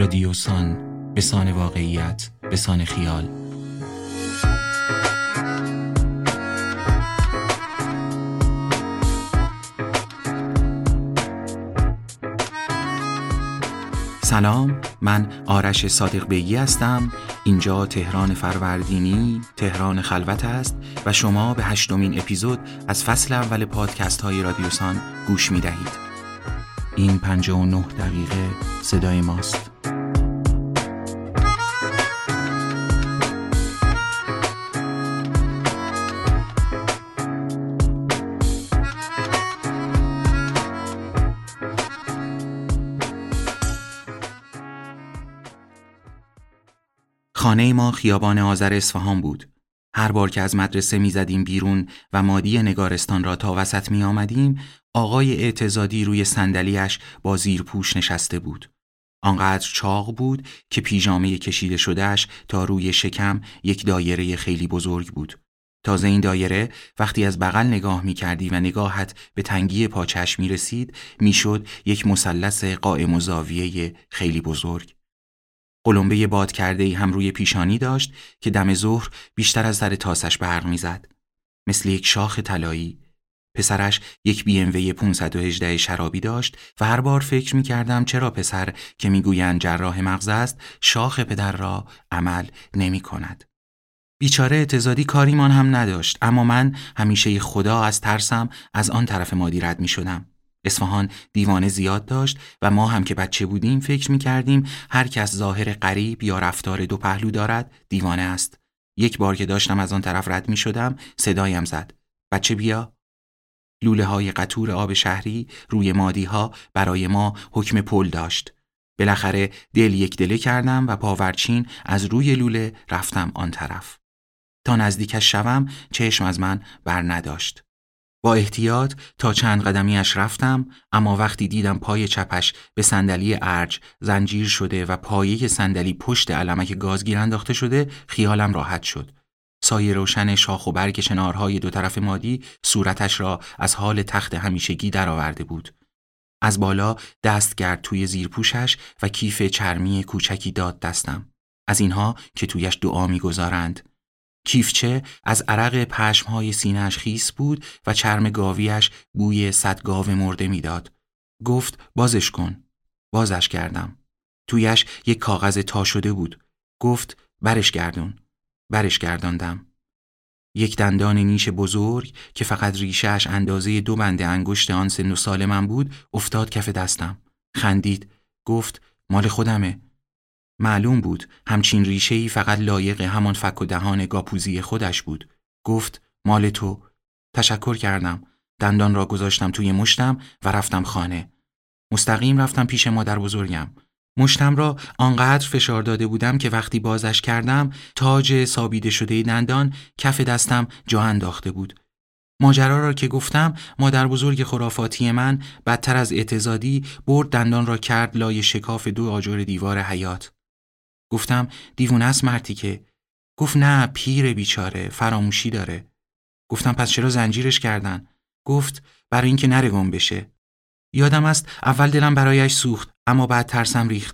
رادیوسان، بسان واقعیت، بسان خیال. سلام، من آرش صادق بیگی هستم. اینجا تهران فروردینی، تهران خلوت است و شما به 8مین اپیزود از فصل اول پادکست های رادیوسان گوش می دهید. این 59 دقیقه صدای ماست. خانه ما خیابان آذر اصفهان بود. هر بار که از مدرسه می زدیم بیرون و مادی نگارستان را تا وسط می آمدیم، آقای اعتزادی روی صندلی‌اش با زیرپوش نشسته بود. آنقدر چاق بود که پیژامه کشیده شدهش تا روی شکم یک دایره خیلی بزرگ بود. تازه این دایره وقتی از بغل نگاه می کردی و نگاهت به تنگی پاچش می رسید، می شد یک مثلث قائم الزاویه خیلی بزرگ. قلمبه باد کرده‌ای هم روی پیشانی داشت که دم ظهر بیشتر از در تاسش برق می‌زد. مثل یک شاخ طلایی. پسرش یک BMW 518 شرابی داشت و هر بار فکر می‌کردم چرا پسر که می‌گویند جراح مغز است شاخ پدر را عمل نمی‌کند. بیچاره اعتزادی کاریمان هم نداشت، اما من همیشه خدا از ترسم از آن طرف مادی رد می‌شدم. اصفهان دیوانه زیاد داشت و ما هم که بچه بودیم فکر می‌کردیم هر کس ظاهر غریب یا رفتار دو پهلو دارد دیوانه است. یک بار که داشتم از آن طرف رد می‌شدم صدایم زد: بچه بیا. لوله‌های قطور آب شهری روی مادی‌ها برای ما حکم پل داشت. بالاخره دل یک دله کردم و پاورچین از روی لوله رفتم آن طرف. تا نزدیکش شوم چشم از من بر نداشت. با احتیاط تا چند قدمیش رفتم، اما وقتی دیدم پای چپش به صندلی ارج زنجیر شده و پایه صندلی پشت علمک گازگیر انداخته شده، خیالم راحت شد. سایه روشن شاخ و برگ چنارهای دو طرف مادی صورتش را از حال تخت همیشگی درآورده بود. از بالا دست کرد توی زیرپوشش و کیف چرمی کوچکی داد دستم. از اینها که تویش دعا می‌گذارند. کیفچه از عرق پشمهای سینه‌اش خیس بود و چرم گاویش بوی 100 گاو مرده میداد. گفت بازش کن. بازش کردم. تویش یک کاغذ تا شده بود. گفت برش گردون. برش گرداندم. یک دندان نیش بزرگ که فقط ریشه‌اش اندازه 2 بند انگشت آن سن و سال من بود افتاد کف دستم. خندید. گفت مال خودمه. معلوم بود همچین ریشه‌ای فقط لایق همان فک و دهان گاپوزی خودش بود. گفت مال تو. تشکر کردم. دندان را گذاشتم توی مشتم و رفتم خانه. مستقیم رفتم پیش مادر بزرگم. مشتم را آنقدر فشار داده بودم که وقتی بازش کردم تاج سابیده شده دندان کف دستم جا انداخته بود. ماجرا را که گفتم مادر بزرگ خرافاتی من بدتر از اعتزادی برد دندان را کرد لای شکاف 2 آجر دیوار حیاط. گفتم دیوونه است مرتی که. گفت نه پیر بیچاره فراموشی داره. گفتم پس چرا زنجیرش کردن؟ گفت برای اینکه نره گم بشه. یادم است اول دلم برایش سوخت اما بعد ترسم ریخت.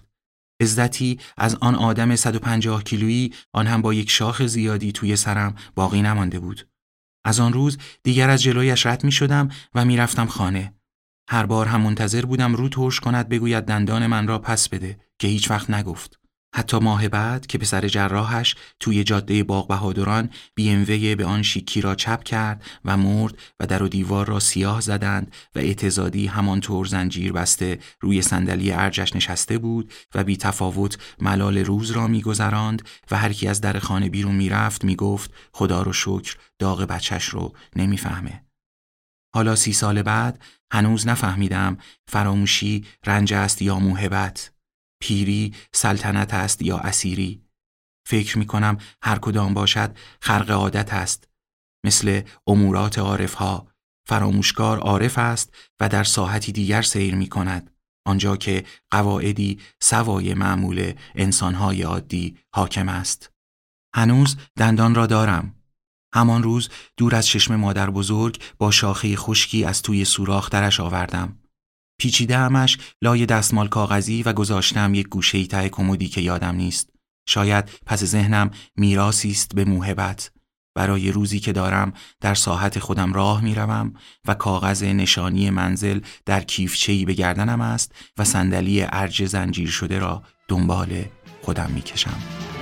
عزتی از آن آدم 150 کیلویی آن هم با یک شاخ زیادی توی سرم باقی نمانده بود. از آن روز دیگر از جلویش رد می شدم و می رفتم خانه. هر بار هم منتظر بودم رو ترش کند بگوید دندان من را پس بده که هیچ وقت نگفت. حتی ماه بعد که پسر جراحش توی جاده باغ بهادران BMW به آن شیکی را چپ کرد و مرد و در و دیوار را سیاه زدند و اعتزادی همانطور زنجیر بسته روی صندلی ارجش نشسته بود و بی تفاوت ملال روز را می‌گذراند و هر کی از در خانه بیرون می‌رفت می‌گفت خدا رو شکر داغ بچه‌ش رو نمی‌فهمه. حالا 30 سال بعد هنوز نفهمیدم فراموشی رنج است یا موهبت. پیری سلطنت است یا اسیری. فکر می کنم هر کدام باشد خرق عادت است. مثل امورات عارفها، فراموشکار عارف است و در ساحتی دیگر سیر می کند، آنجا که قواعدی سوای معمول انسانهای عادی حاکم است. هنوز دندان را دارم. همان روز دور از چشم مادر بزرگ با شاخه خشکی از توی سوراخ درش آوردم. پیچیده‌امش لای دستمال کاغذی و گذاشتم یک گوشه‌ای ته کمدی که یادم نیست. شاید پس ذهنم میراثی است به موهبت. برای روزی که دارم در ساحت خودم راه میروم و کاغذ نشانی منزل در کیفچه‌ای به گردنم است و صندلی ارج زنجیر شده را دنبال خودم میکشم.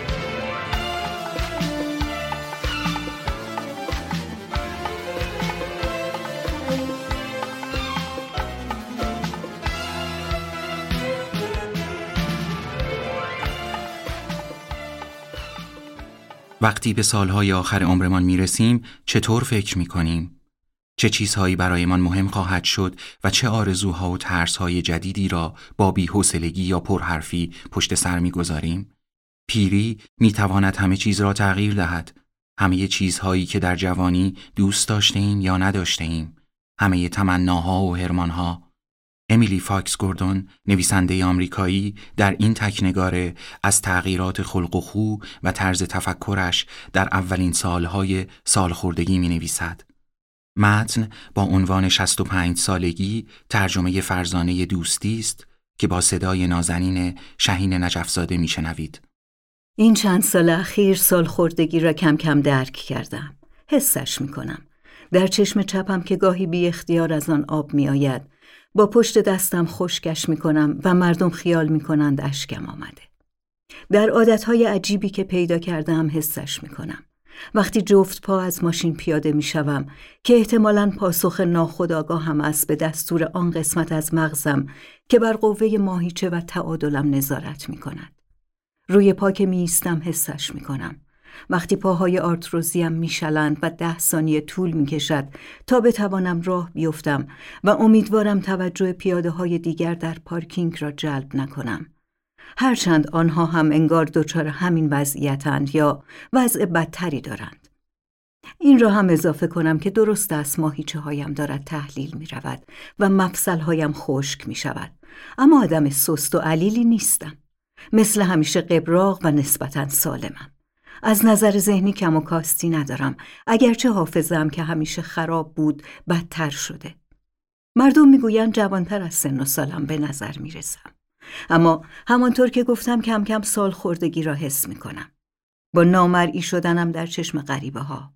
وقتی به سالهای آخر عمرمان میرسیم چطور فکر میکنیم؟ چه چیزهایی برایمان مهم خواهد شد و چه آرزوها و ترسهای جدیدی را با بی‌حوصلگی یا پرحرفی پشت سر میگذاریم؟ پیری میتواند همه چیز را تغییر دهد. همه چیزهایی که در جوانی دوست داشته ایم یا نداشته ایم. همه تمناها و حرمانها. امیلی فاکس گوردون، نویسنده آمریکایی، در این تکنگاره از تغییرات خلق و خو و طرز تفکرش در اولین سالهای سالخوردگی می نویسد. متن با عنوان 65 سالگی ترجمه فرزانه دوستی است که با صدای نازنین شهین نجفزاده می شنوید. این چند سال اخیر سالخوردگی را کم کم درک کردم. حسش می کنم. در چشم چپم که گاهی بی اختیار از آن آب می آید، با پشت دستم خشکش می کنم و مردم خیال می کنند اشکم آمده. در عادتهای عجیبی که پیدا کردم حسش می کنم. وقتی جفت پا از ماشین پیاده می شوم که احتمالاً پاسخ ناخودآگاهم است به دستور آن قسمت از مغزم که بر قوه ماهیچه و تعادلم نظارت می کند. روی پا که می ایستم حسش می کنم. وقتی پاهای آرتروزیم می شلند و 10 ثانیه طول می کشد تا بتوانم راه بیفتم و امیدوارم توجه پیاده های دیگر در پارکینگ را جلب نکنم. هرچند آنها هم انگار دچار همین وضعیتند یا وضع بدتری دارند. این را هم اضافه کنم که درست است ماهیچه هایم دارد تحلیل می رود و مفصل هایم خشک می شود، اما آدم سست و علیلی نیستم. مثل همیشه قبراق و نسبتاً سالمم. از نظر ذهنی کم و کاستی ندارم، اگرچه حافظه‌ام که همیشه خراب بود بدتر شده. مردم میگویند جوانتر از سن و سالم به نظر میرسم، اما همانطور که گفتم کم کم سالخوردگی را حس میکنم. با نامرئی شدنم در چشم غریبه ها.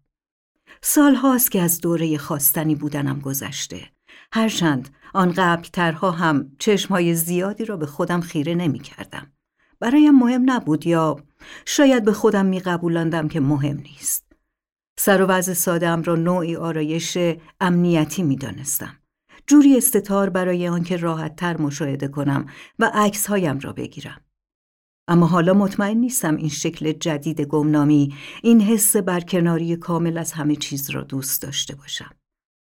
سال هاست که از دوره خواستنی بودنم گذشته. هرچند آن قبلترها هم چشمهای زیادی را به خودم خیره نمی کردم. برایم مهم نبود یا شاید به خودم می قبولاندم که مهم نیست. سر و وضع ساده‌ام را نوعی آرایش امنیتی می دانستم. جوری استتار برای آنکه راحت تر مشاهده کنم و عکس هایم را بگیرم. اما حالا مطمئن نیستم این شکل جدید گمنامی، این حس برکناری کامل از همه چیز را دوست داشته باشم.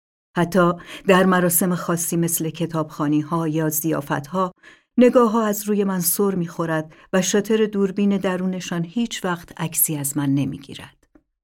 حتی در مراسم خاصی مثل کتابخوانی ها یا ضیافت ها نگاه ها از روی من سر می خورد و شاتر دوربین درونشان هیچ وقت عکسی از من نمی گیرد.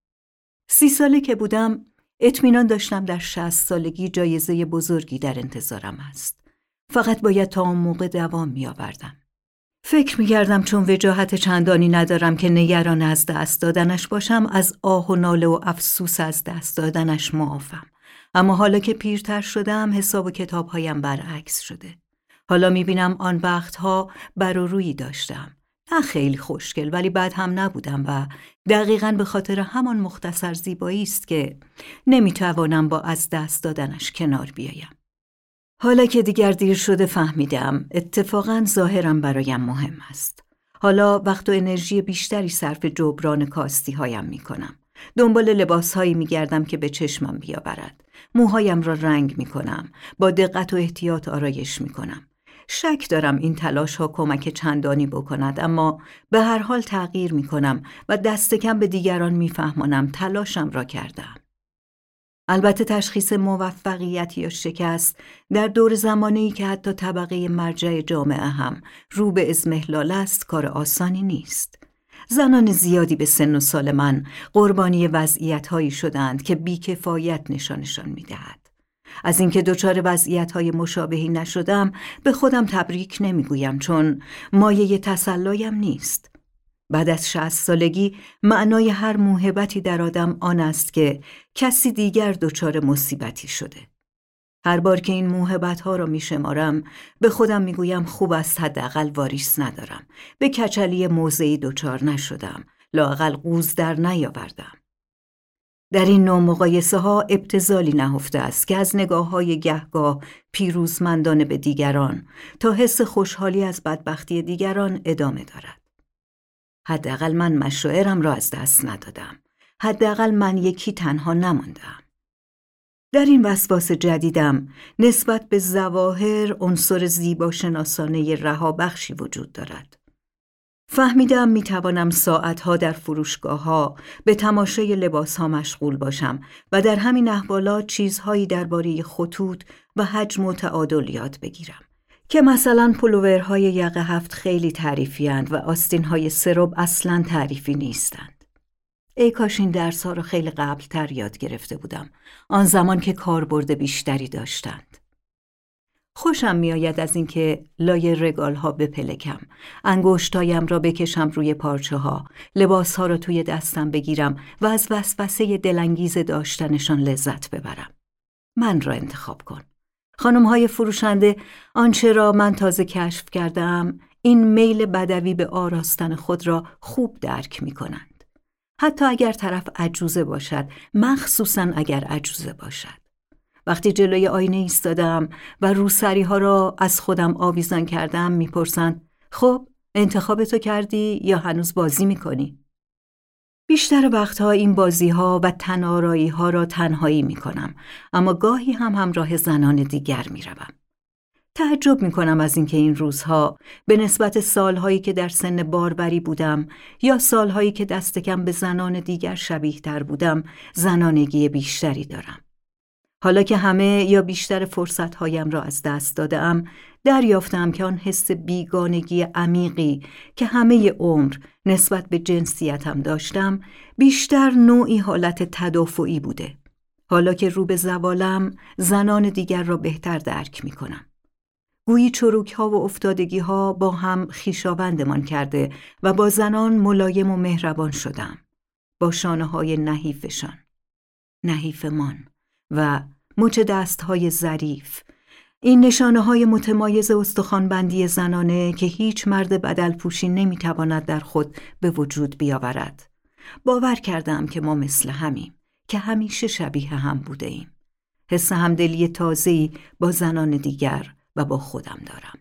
30 ساله که بودم اطمینان داشتم در 60 سالگی جایزه بزرگی در انتظارم است. فقط باید تا اون موقع دوام می آوردم. فکر می کردم چون وجاهت چندانی ندارم که نگران از دست دادنش باشم، از آه و ناله و افسوس از دست دادنش معافم. اما حالا که پیرتر شدم حساب و کتابهایم برعکس شده. حالا می بینم آن وقتها بر و رویی داشتم. نه خیلی خوشگل ولی بد هم نبودم و دقیقاً به خاطر همان مختصر زیبایی است که نمی توانم با از دست دادنش کنار بیایم. حالا که دیگر دیر شده فهمیدم اتفاقاً ظاهرم برایم مهم است. حالا وقت و انرژی بیشتری صرف جبران کاستی هایم می کنم. دنبال لباس هایی می گردم که به چشمم بیاورد. موهایم را رنگ می کنم. با دقت و احتیاط آرایش می کنم. شک دارم این تلاش ها کمک چندانی بکند، اما به هر حال تغییر می کنم و دست کم به دیگران می فهمانم تلاشم را کردم. البته تشخیص موفقیت یا شکست در دور زمانه‌ای که حتی طبقه مرجع جامعه هم رو به اضمحلال است کار آسانی نیست. زنان زیادی به سن و سال من قربانی وضعیت‌هایی شدند که بی‌کفایت نشانشان می‌دهد. از اینکه دچار وضعیت‌های مشابهی نشدم به خودم تبریک نمی‌گویم، چون مایه تسلایم نیست. بعد از 60 سالگی معنای هر موهبتی در آدم آن است که کسی دیگر دچار مصیبتی شده. هر بار که این موهبت‌ها را می‌شمارم به خودم می‌گویم خوب است حداقل واریس ندارم، به کچلی موضعی دچار نشدم، لااقل قوز در نیاوردم. در این نوع مقایسه‌ها ابتذالی نهفته است که از نگاه‌های گهگاه پیروزمندانه به دیگران تا حس خوشحالی از بدبختی دیگران ادامه دارد. حداقل من مشاعرم را از دست ندادم. حداقل من یکی تنها نماندم. در این وسواس جدیدم نسبت به ظواهر عنصر زیباشناسانه رهابخشی وجود دارد. فهمیدم میتوانم ساعتها در فروشگاه‌ها به تماشای لباس‌ها مشغول باشم و در همین احوالات چیزهایی درباره خطوط و حجم و تعادل یاد بگیرم که مثلا پلوورهای یقه هفت خیلی تعریفی‌اند و آستین‌های سرب اصلاً تعریفی نیستند. ای کاش این درس‌ها را خیلی قبل‌تر یاد گرفته بودم، آن زمان که کاربرد بیشتری داشتند. خوشم میآید از اینکه لای رگال‌ها بپلکم، انگشتایم را بکشم روی پارچه‌ها، لباس‌ها را توی دستم بگیرم و از وسوسه دلانگیز داشتنشان لذت ببرم. من را انتخاب کن. خانم‌های فروشنده، آنچه را من تازه کشف کردم، این میل بدوی به آراستن خود را خوب درک می‌کنند. حتی اگر طرف عجوزه باشد، مخصوصاً اگر عجوزه باشد. وقتی جلوی آینه ایستادم و روسری‌ها را از خودم آویزان کردم میپرسند خب انتخابتو کردی یا هنوز بازی میکنی؟ بیشتر وقتها این بازی‌ها و تن‌آرایی‌ها را تنهایی میکنم، اما گاهی هم همراه زنان دیگر میروم. تعجب میکنم از اینکه این روزها به نسبت سالهایی که در سن باروری بودم یا سالهایی که دست کم به زنان دیگر شبیه تر بودم زنانگی بیشتری دارم. حالا که همه یا بیشتر فرصتهایم را از دست دادم، دریافتم که آن حس بیگانگی عمیقی که همه عمر نسبت به جنسیتم داشتم، بیشتر نوعی حالت تدافعی بوده. حالا که رو به زوالم، زنان دیگر را بهتر درک می کنم. گویی چروک‌ها و افتادگی‌ها با هم خویشاوندمان کرده و با زنان ملایم و مهربان شدم. با شانه‌های نحیفشان، نحیفمان و مچ دست‌های ظریف، این نشانه‌های متمایز استخوان‌بندی زنانه که هیچ مرد بدلپوشی نمی‌تواند در خود به وجود بیاورد. باور کردم که ما مثل همیم، که همیشه شبیه هم بوده ایم. حس همدلی تازه‌ای با زنان دیگر و با خودم دارم.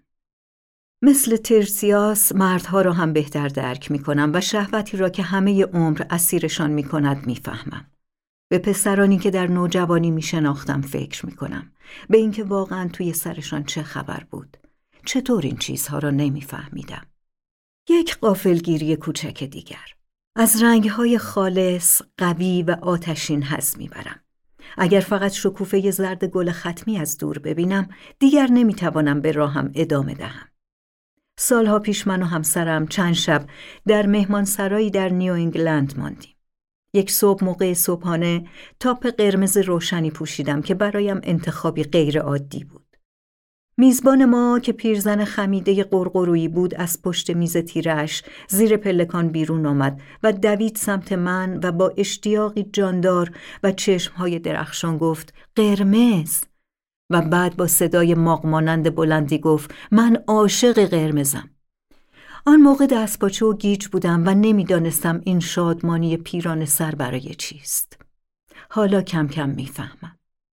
مثل ترسیاس مردها را هم بهتر درک می‌کنم و شهوتی را که همه عمر اسیرشان می‌کند می‌فهمم. به پسرانی که در نوجوانی میشناختم فکر میکنم، به اینکه واقعا توی سرشان چه خبر بود. چطور این چیزها را نمیفهمیدم. یک غافلگیری کوچک دیگر. از رنگهای خالص، قوی و آتشین حظ میبرم. اگر فقط شکوفه زرد گل ختمی از دور ببینم، دیگر نمیتوانم به راهم ادامه دهم. سالها پیش من و همسرم چند شب در مهمانسرایی در نیو انگلند ماندیم. یک صبح موقع صبحانه تاپ قرمز روشنی پوشیدم که برایم انتخابی غیر عادی بود. میزبان ما که پیرزن خمیده قرقرویی بود از پشت میز تیرش زیر پلکان بیرون آمد و دوید سمت من و با اشتیاقی جاندار و چشمهای درخشان گفت قرمز، و بعد با صدای ماغمانند بلندی گفت من عاشق قرمزم. آن موقع دستپاچه و گیج بودم و نمیدانستم این شادمانی پیران سر برای چیست. حالا کم کم میفهمم.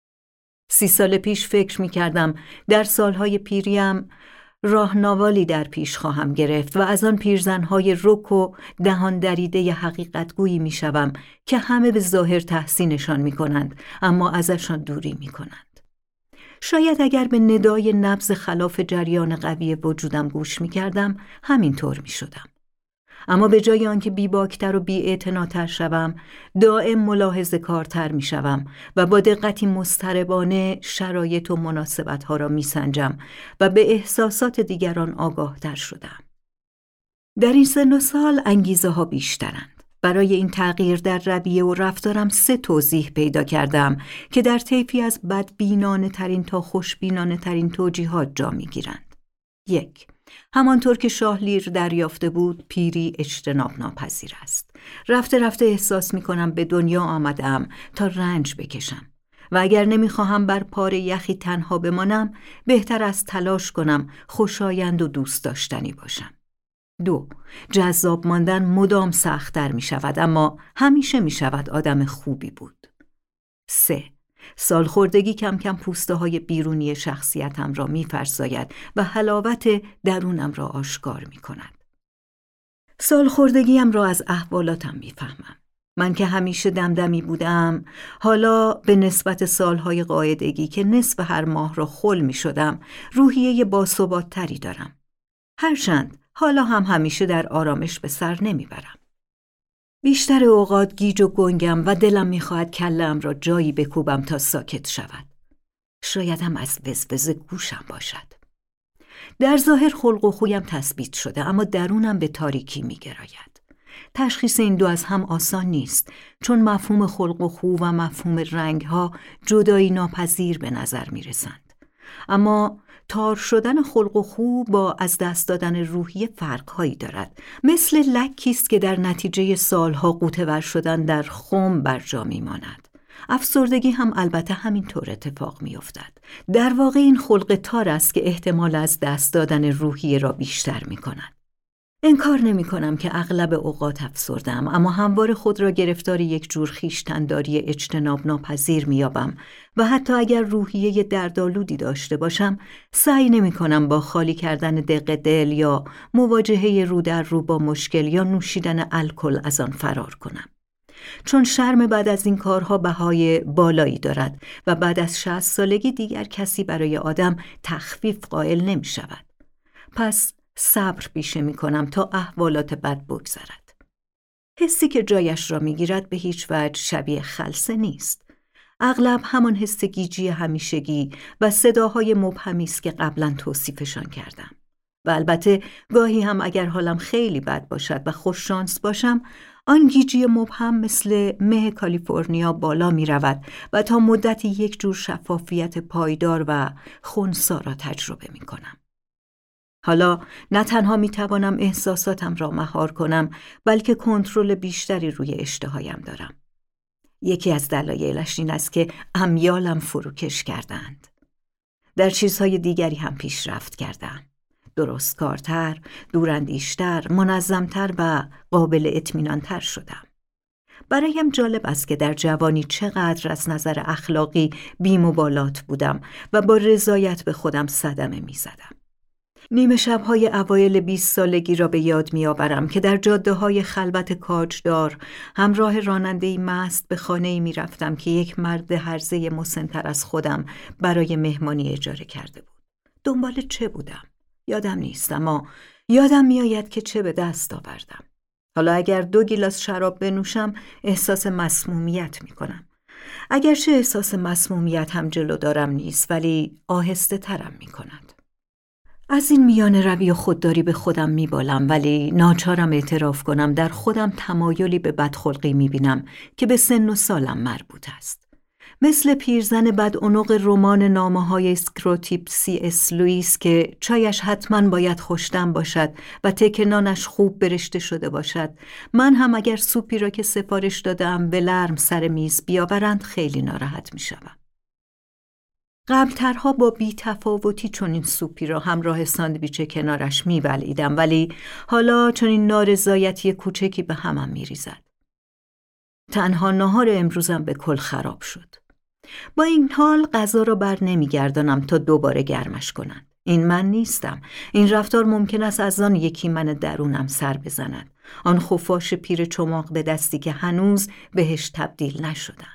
30 سال پیش فکر میکردم در سالهای پیریم راهنوالی در پیش خواهم گرفت و از آن پیرزنهای رک و دهان دریده حقیقتگویی میشوم که همه به ظاهر تحسینشان میکنند اما ازشان دوری میکنند. شاید اگر به ندای نبض خلاف جریان قوی وجودم گوش می‌کردم همینطور می‌شدم. اما به جای آنکه بی‌باکتر و بی‌اعتناتر شوم، دائم ملاحظه‌کارتر می‌شوم و با دقتی مضطربانه شرایط و مناسبت‌ها را می‌سنجم و به احساسات دیگران آگاه‌تر شدم. در این سن و سال انگیزه‌ها بیشترند. برای این تغییر در رویه و رفتارم 3 توضیح پیدا کردم که در طیفی از بدبینانه ترین تا خوشبینانه ترین توجیهات جا می گیرند. 1. همانطور که شاه لیر دریافته بود، پیری اجتناب ناپذیر است. رفته رفته احساس می کنم به دنیا آمدم تا رنج بکشم. و اگر نمیخواهم بر پاره یخی تنها بمانم، بهتر از تلاش کنم خوشایند و دوست داشتنی باشم. 2. جذاب ماندن مدام سخت‌تر می شود، اما همیشه می شود آدم خوبی بود. 3. سالخوردگی کم کم پوسته های بیرونی شخصیتم را می فرساید و حلاوت درونم را آشکار می کند. سالخوردگیم را از احوالاتم می فهمم. من که همیشه دمدمی بودم، حالا به نسبت سالهای قاعدگی که نصف هر ماه را خل می شدم، روحیه باثبات‌تری دارم. هرچند حالا هم همیشه در آرامش به سر نمی برم. بیشتر اوقات گیج و گنگم و دلم می‌خواهد کله‌ام را جایی بکوبم تا ساکت شود. شاید هم از وزوز گوشم باشد. در ظاهر خلق و خویم تثبیت شده، اما درونم به تاریکی می‌گراید. تشخیص این دو از هم آسان نیست، چون مفهوم خلق و خو و مفهوم رنگ‌ها جدایی ناپذیر به نظر می‌رسند. اما تار شدن خلق و خو با از دست دادن روحیه فرق‌هایی دارد. مثل لکی است که در نتیجه سالها غوطه‌ور شدن در خم بر جا می‌ماند. افسردگی هم البته همینطور اتفاق می‌افتد. در واقع این خلق تار است که احتمال از دست دادن روحیه را بیشتر می‌کند. انکار نمی‌کنم که اغلب اوقات افسردم، اما همواره خود را گرفتار یک جور خویشتن‌داری اجتناب ناپذیر می‌یابم و حتی اگر روحیه دردآلودی داشته باشم، سعی نمی‌کنم با خالی کردن دق دل یا مواجهه رو در رو با مشکل یا نوشیدن الکل از آن فرار کنم. چون شرم بعد از این کارها بهای بالایی دارد و بعد از 60 سالگی دیگر کسی برای آدم تخفیف قائل نمی‌شود. پس صبر پیشه می کنم تا احوالات بد بگذرد. حسی که جایش را می گیرد به هیچ وجه شبیه خلسه نیست. اغلب همان حس گیجی همیشگی و صداهای مبهمی است که قبلا توصیفشان کردم. و البته گاهی هم اگر حالم خیلی بد باشد و خوش شانس باشم، آن گیجی مبهم مثل مه کالیفرنیا بالا می رود و تا مدتی یک جور شفافیت پایدار و خنثی را تجربه می کنم. حالا نه تنها می توانم احساساتم را مهار کنم، بلکه کنترل بیشتری روی اشتهایم دارم. یکی از دلایلش این است که امیالم فروکش کردند. در چیزهای دیگری هم پیشرفت کردم. درستکارتر، دوراندیشتر، منظمتر و قابل اطمینانتر شدم. برایم جالب است که در جوانی چقدر از نظر اخلاقی بی‌مبالات بودم و با رضایت به خودم صدمه می زدم. نیمه شب‌های اوایل 20 سالگی را به یاد می‌آورم که در جاده‌های خلوت کاجدار همراه راننده‌ای مست به خانه‌ای می‌رفتم که یک مرد هرزه مسن‌تر از خودم برای مهمانی اجاره کرده بود. دنبال چه بودم؟ یادم نیست، اما یادم می‌آید که چه به دست آوردم. حالا اگر 2 گیلاس شراب بنوشم احساس مسمومیت می‌کنم. اگرچه احساس مسمومیت هم جلو دارم نیست، ولی آهسته ترم می‌کند. از این میان روی و خودداری به خودم میبالم، ولی ناچارم اعتراف کنم در خودم تمایلی به بدخلقی میبینم که به سن و سالم مربوط است. مثل پیرزن بدعنق رمان نامه‌های اسکروتیپ C.S. لوئیس که چایش حتما باید خوش‌طعم باشد و تکنانش خوب برشته شده باشد، من هم اگر سوپی را که سفارش دادم به لرم سر میز بیاورند خیلی ناراحت میشوم. قبلترها با بی‌تفاوتی چون این سوپی را همراه ساندویچ کنارش می‌بلعیدم، ولی حالا چون این نارضایتی کوچکی به همم می‌ریزد. تنها ناهار امروزم به کل خراب شد. با این حال غذا را بر نمی‌گردانم تا دوباره گرمش کنند. این من نیستم. این رفتار ممکن است از آن یکی من درونم سر بزند. آن خفاش پیر چماق به دستی که هنوز بهش تبدیل نشدم.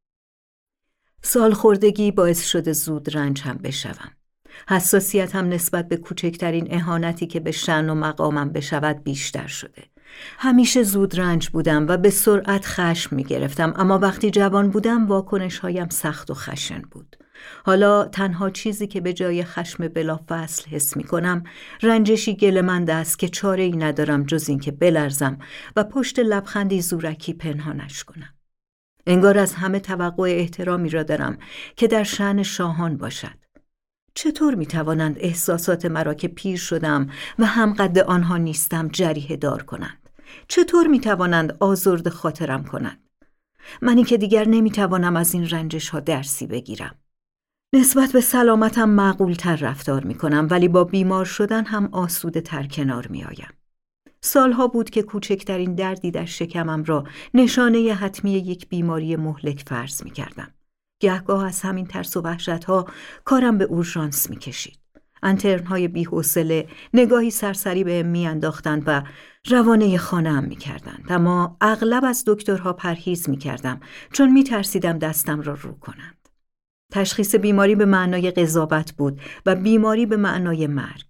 سالخوردگی باعث شده زود رنج هم بشوم. حساسیتم نسبت به کوچکترین اهانتی که به شأن و مقامم بشود بیشتر شده. همیشه زود رنج بودم و به سرعت خشم می گرفتم، اما وقتی جوان بودم واکنش هایم سخت و خشن بود. حالا تنها چیزی که به جای خشم بلافاصل حس می کنم رنجشی گله‌مند است که چاره ای ندارم جز این که بلرزم و پشت لبخندی زورکی پنهانش کنم. انگار از همه توقع احترامی را دارم که در شأن شاهان باشد. چطور میتوانند احساسات مرا که پیر شدم و هم قد آنها نیستم جریحه دار کنند؟ چطور میتوانند آزرد خاطرم کنند؟ منی که دیگر نمیتوانم از این رنجش ها درسی بگیرم. نسبت به سلامتم معقول‌تر رفتار میکنم، ولی با بیمار شدن هم آسوده تر کنار میآیم. سالها بود که کوچکترین دردی در شکمم را نشانه حتمی یک بیماری مهلک فرض میکردم. گهگاه از همین ترس و وحشتها کارم به اورژانس میکشید. انترن‌های بی‌حوصله نگاهی سرسری بهم میانداختند و روانه خانه‌ام میکردند، اما اغلب از دکترها پرهیز میکردم چون میترسیدم دستم را رو کنند. تشخیص بیماری به معنای قضاوت بود و بیماری به معنای مرگ.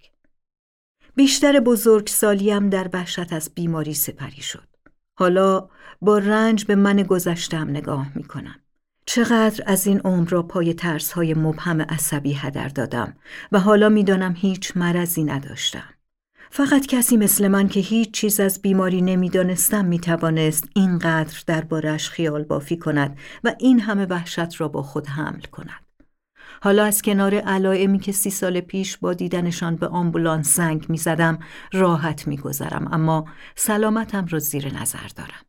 بیشتر بزرگسالیم در وحشت از بیماری سپری شد. حالا با رنج به من گذشته‌ام نگاه میکنم. چقدر از این عمر را پای ترس‌های مبهم عصبی هدر دادم و حالا می‌دانم هیچ مرضی نداشتم. فقط کسی مثل من که هیچ چیز از بیماری نمی‌دانستم می‌توانست اینقدر درباره‌اش خیال بافی کند و این همه وحشت را با خود حمل کند. حالا از کنار علائمی که 30 سال پیش با دیدنشان به آمبولانس زنگ می‌زدم راحت می‌گذرم، اما سلامتم را زیر نظر دارم.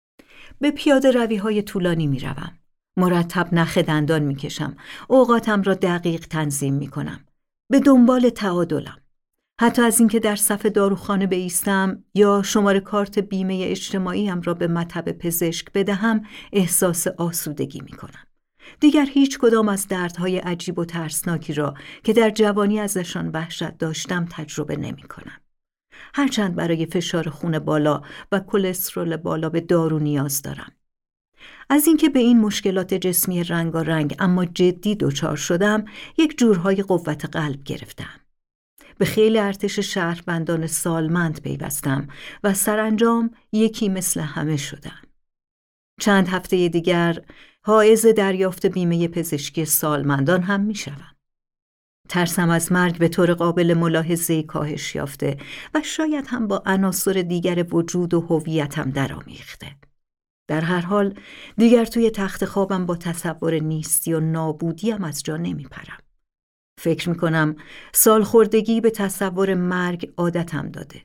به پیاده روی‌های طولانی می‌روم. مرتب نخ دندان میکشم. اوقاتم را دقیق تنظیم میکنم. به دنبال تعادلم. حتی از اینکه در صف داروخانه بایستم یا شماره کارت بیمه اجتماعیم را به مطب پزشک بدهم احساس آسودگی میکنم. دیگر هیچ کدام از دردهای عجیب و ترسناکی را که در جوانی ازشان وحشت داشتم تجربه نمیکنم. هرچند برای فشار خون بالا و کلسترول بالا به دارو نیاز دارم. از اینکه به این مشکلات جسمی رنگارنگ اما جدی دچار شدم، یک جورهای قوت قلب گرفتم. به خیلی ارتش شهروندان سالمند پیوستم و سرانجام یکی مثل همه شدم. چند هفته دیگر حائز دریافت بیمه پزشکی سالمندان هم می شوم. ترسم از مرگ به طور قابل ملاحظه‌ای کاهش یافته و شاید هم با عناصر دیگر وجود و هویتم درآمیخته. در هر حال دیگر توی تخت خوابم با تصور نیستی و نابودیم از جا نمیپرم. فکر میکنم سالخوردگی به تصور مرگ عادتم داده.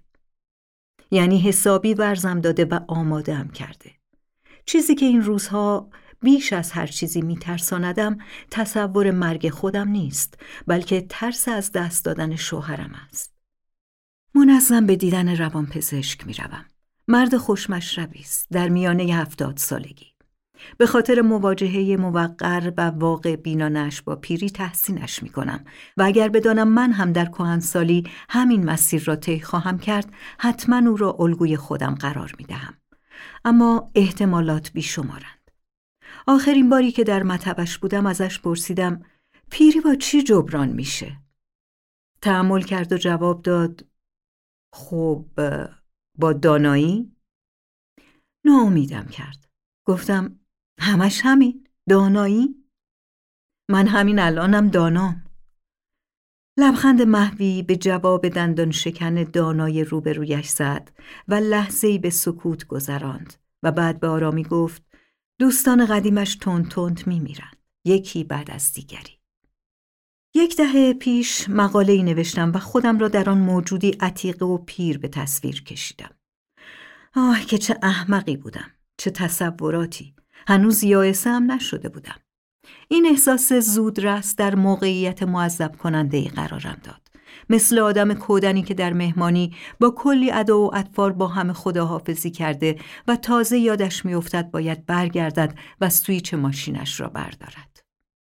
یعنی حسابی ورزم داده و آماده‌ام کرده. چیزی که این روزها بیش از هر چیزی میترساندم تصور مرگ خودم نیست، بلکه ترس از دست دادن شوهرم است. منظم به دیدن روانپزشک میروم. مرد خوشمشربی است، در میانه 70 سالگی. به خاطر مواجهه موقر و واقع بینانش با پیری تحسینش میکنم و اگر بدانم من هم در کهنسالی همین مسیر را طی خواهم کرد، حتما او را الگوی خودم قرار میدهم. اما احتمالات بیشمارند. آخرین باری که در مطبش بودم ازش پرسیدم پیری با چی جبران میشه؟ تأمل کرد و جواب داد خب با دانایی؟ ناامیدم کرد. گفتم همش همین؟ دانایی؟ من همین الانم دانام. لبخند محوی به جواب دندان شکن دانای روبرویش زد و لحظه‌ای به سکوت گذراند و بعد به آرامی گفت دوستان قدیمش تند تند میمیرند، یکی بعد از دیگری. 10 دهه پیش مقاله‌ای نوشتم و خودم را در آن موجودی عتیقه و پیر به تصویر کشیدم. آه که چه احمقی بودم، چه تصوراتی. هنوز یائسه هم نشده بودم. این احساس زودرس در موقعیت معذب کننده‌ای قرارم داد. مثل آدم کودنی که در مهمانی با کلی ادا و اطوار با همه خداحافظی کرده و تازه یادش میافتد باید برگردد و سویچ ماشینش را بردارد.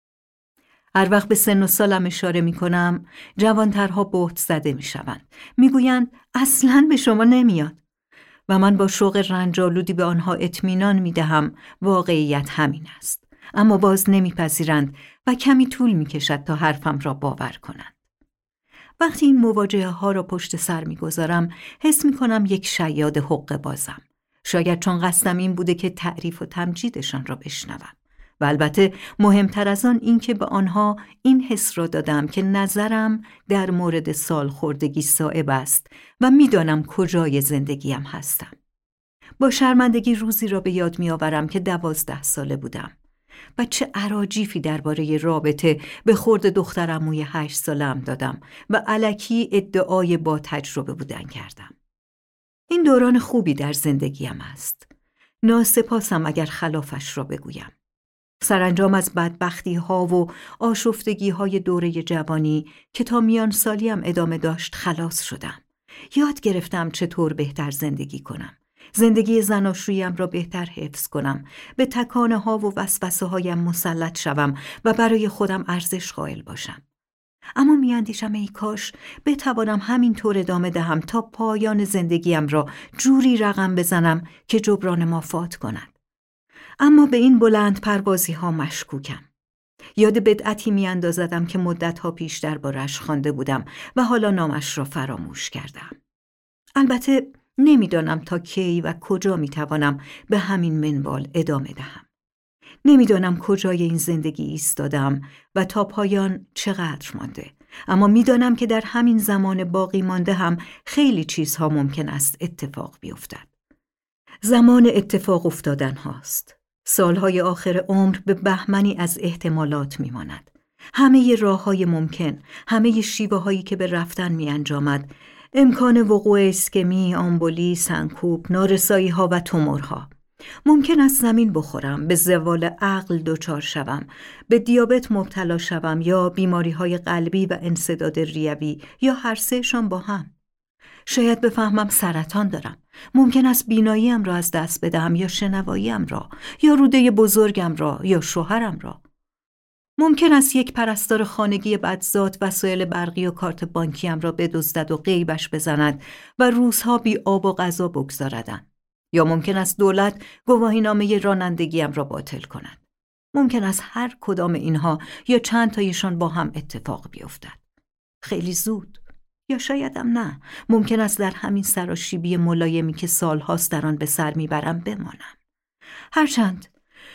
هر وقت به سن و سالم اشاره می کنم، جوانترها بهت زده می شوند. می گویند اصلاً به شما نمیاد. و من با شوق رنجالودی به آنها اطمینان می دهم واقعیت همین است. اما باز نمیپذیرند و کمی طول می کشد تا حرفم را باور کنند. وقتی این مواجهه ها را پشت سر می گذارم، حس می کنم یک شیاد حقه بازم. شاید چون قصدم این بوده که تعریف و تمجیدشان را بشنوم. و البته مهمتر از آن این که به آنها این حس را دادم که نظرم در مورد سالخوردگی صائب است و میدانم کجای زندگیم هستم. با شرمندگی روزی را به یاد میآورم که 12 ساله بودم و چه اراجیفی درباره رابطه به خورد دختر عموی 8 ساله‌ام دادم و الکی ادعای با تجربه بودن کردم. این دوران خوبی در زندگیم است. ناسپاسم اگر خلافش را بگویم. سرانجام از بدبختی ها و آشفتگی های دوره جوانی که تا میان سالیم ادامه داشت خلاص شدم. یاد گرفتم چطور بهتر زندگی کنم. زندگی زناشوییم را بهتر حفظ کنم. به تکانه ها و وسوسه هایم مسلط شوم و برای خودم ارزش قائل باشم. اما میاندیشم ای کاش بتوانم همین طور ادامه دهم تا پایان زندگیم را جوری رقم بزنم که جبران ما فات کند. اما به این بلند پروازی ها مشکوکم. یاد بدعتی میاندازدم که مدتها پیش درباره‌اش خوانده بودم و حالا نامش را فراموش کردم. البته نمیدانم تا کی و کجا میتوانم به همین منوال ادامه دهم. نمیدانم کجای این زندگی ایستادم و تا پایان چقدر مانده. اما میدانم که در همین زمان باقی مانده هم خیلی چیزها ممکن است اتفاق بیفتد. زمان اتفاق افتادن هاست. سالهای آخر عمر به بهمنی از احتمالات میماند. همه راههای ممکن، همه شیوه هایی که به رفتن می انجامد، امکان وقوع اسکمی، آمبولی، سنکوب، نارسایی ها و تومورها. ممکن است زمین بخورم، به زوال عقل دچار شوم، به دیابت مبتلا شوم یا بیماری های قلبی و انسداد ریوی یا هر سه‌شان با هم. شاید بفهمم سرطان دارم. ممکن است بیناییم را از دست بدهم یا شنواییم را یا روده بزرگم را یا شوهرم را. ممکن است یک پرستار خانگی بدذات وسایل برقی و کارت بانکیم را بدزدد و غیبش بزند و روزها بی آب و غذا بگذاردند. یا ممکن است دولت گواهینامه رانندگیم را باطل کند. ممکن است هر کدام اینها یا چند تایشان با هم اتفاق بیفتد. خیلی زود. یا شایدم نه. ممکن است در همین سراشیبی ملایمی که سالهاست در آن به سر میبرم بمانم. هرچند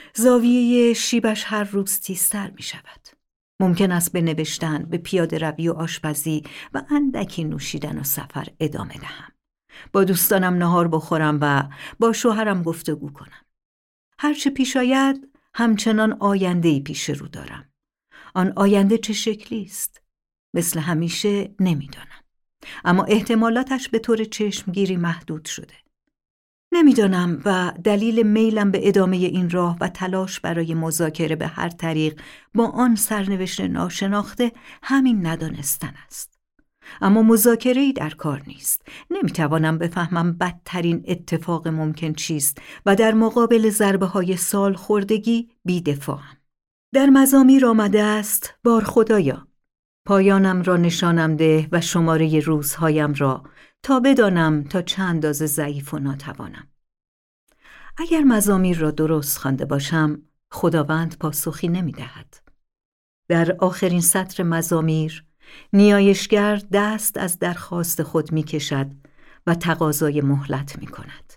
زاویه شیبش هر روز تیزتر می شود. ممکن است به نوشتن، به پیاده روی و آشپزی و اندکی نوشیدن و سفر ادامه دهم. با دوستانم نهار بخورم و با شوهرم گفتگو کنم. هرچه پیش آید همچنان آینده‌ای پیش رو دارم. آن آینده چه شکلی است؟ مثل همیشه نمیدانم. اما احتمالاتش به طور چشمگیری محدود شده. نمیدانم و دلیل میلم به ادامه این راه و تلاش برای مذاکره به هر طریق با آن سرنوشت ناشناخته همین ندانستن است. اما مذاکره‌ای در کار نیست. نمیتوانم بفهمم بدترین اتفاق ممکن چیست و در مقابل ضربه‌های سال خوردگی بی‌دفاعم. در مزامیر آمده است: بار خدایا، پایانم را نشانم ده و شماره روزهایم را تا بدانم تا چند اندازه ضعیف و ناتوانم. اگر مزامیر را درست خوانده باشم، خداوند پاسخی نمی‌دهد. در آخرین سطر مزامیر، نیایشگر دست از درخواست خود می‌کشد و تقاضای مهلت می‌کند.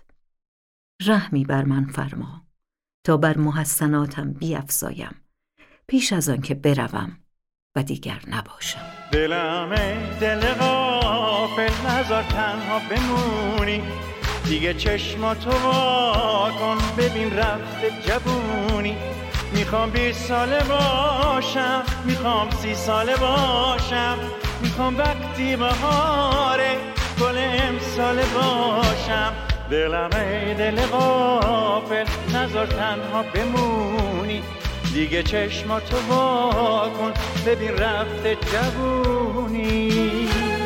رحمی بر من فرما تا بر محسناتم بیفزایم پیش از آن که بروم و دیگر نباشم. دلم دل غافل نذار تنها بمونی، دیگه چشماتو وا کن ببین رفت جوونی. میخوام 20 ساله باشم، میخوام 30 ساله باشم، میخوام وقتی بهاره گل امساله باشم. دلم دل غافل نذار تنها بمونی، دیگه چشماتو وا کن ببین رفت جوونی.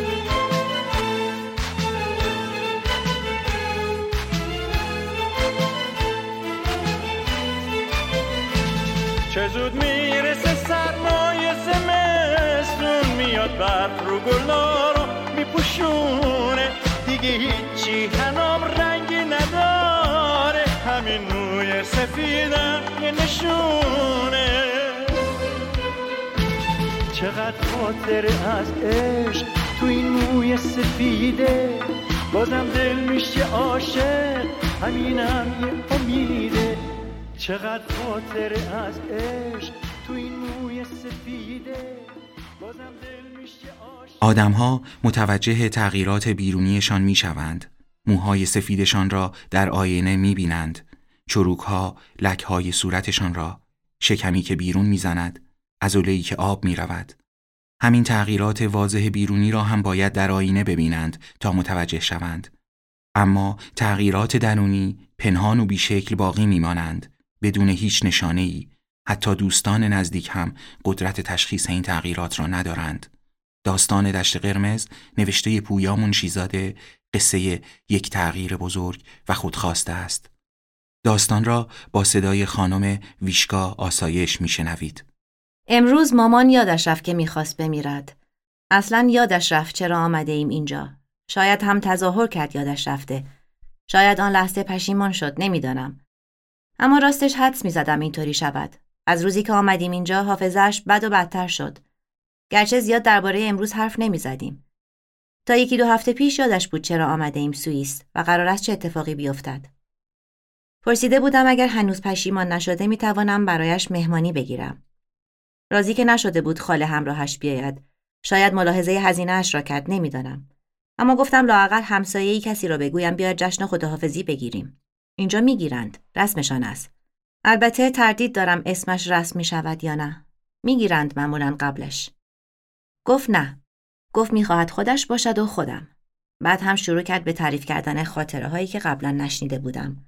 چه زود میرسه سرمای زمستون، میاد برف رو گلا رو میپوشونه، دیگه هیچی هنام رنگی نداره، همین موی سفیدم یه نشونه. چقدر خاطره از عشق تو این موی سفیده، بازم دل میشه عاشق، همینم یه امیده. چقدر خاطره از عشق تو این موی سفیده، بازم دل میشه عاشق. آدم‌ها متوجه تغییرات بیرونیشان میشوند. موهای سفیدشان را در آینه میبینند، چروک‌ها، لک‌های صورتشان را، شکمی که بیرون میزند، عضله‌ای که آب میرود. همین تغییرات واضح بیرونی را هم باید در آینه ببینند تا متوجه شوند. اما تغییرات درونی پنهان و بیشکل باقی میمانند، بدون هیچ نشانه‌ای. حتی دوستان نزدیک هم قدرت تشخیص این تغییرات را ندارند. داستان دشت قرمز نوشته پویا منشیزاده قصه یک تغییر بزرگ و خودخواسته است. داستان را با صدای خانم ویشکا آسایش میشنوید. امروز مامان یادش رفت که میخواست بمیرد. اصلاً یادش رفت چرا آمده ایم اینجا. شاید هم تظاهر کرد یادش رفته. شاید آن لحظه پشیمان شد، نمیدانم. اما راستش حدس میزدم اینطوری شود. از روزی که آمدیم اینجا حافظه‌اش بد و بدتر شد. گرچه زیاد درباره امروز حرف نمیزدیم. تا 1-2 هفته پیش یادش بود چرا آمده ایم سوئیس و قرار است چه اتفاقی بیفتد. پرسیده بودم اگر هنوز پشیمان نشده میتوانم برایش مهمانی بگیرم. راضی که نشده بود خاله همراهش بیاید. شاید ملاحظه هزینه اش را کرد، نمیدانم. اما گفتم لااقل همسایه‌ای کسی را بگویم بیاید جشن خداحافظی بگیریم. اینجا میگیرند، رسمشان است. البته تردید دارم اسمش رسم میشود یا نه. میگیرند معمولاً قبلش. گفت نه. گفت میخواهد خودش باشد و خودم. بعد هم شروع کرد به تعریف کردن خاطره هایی که قبلا نشنیده بودم.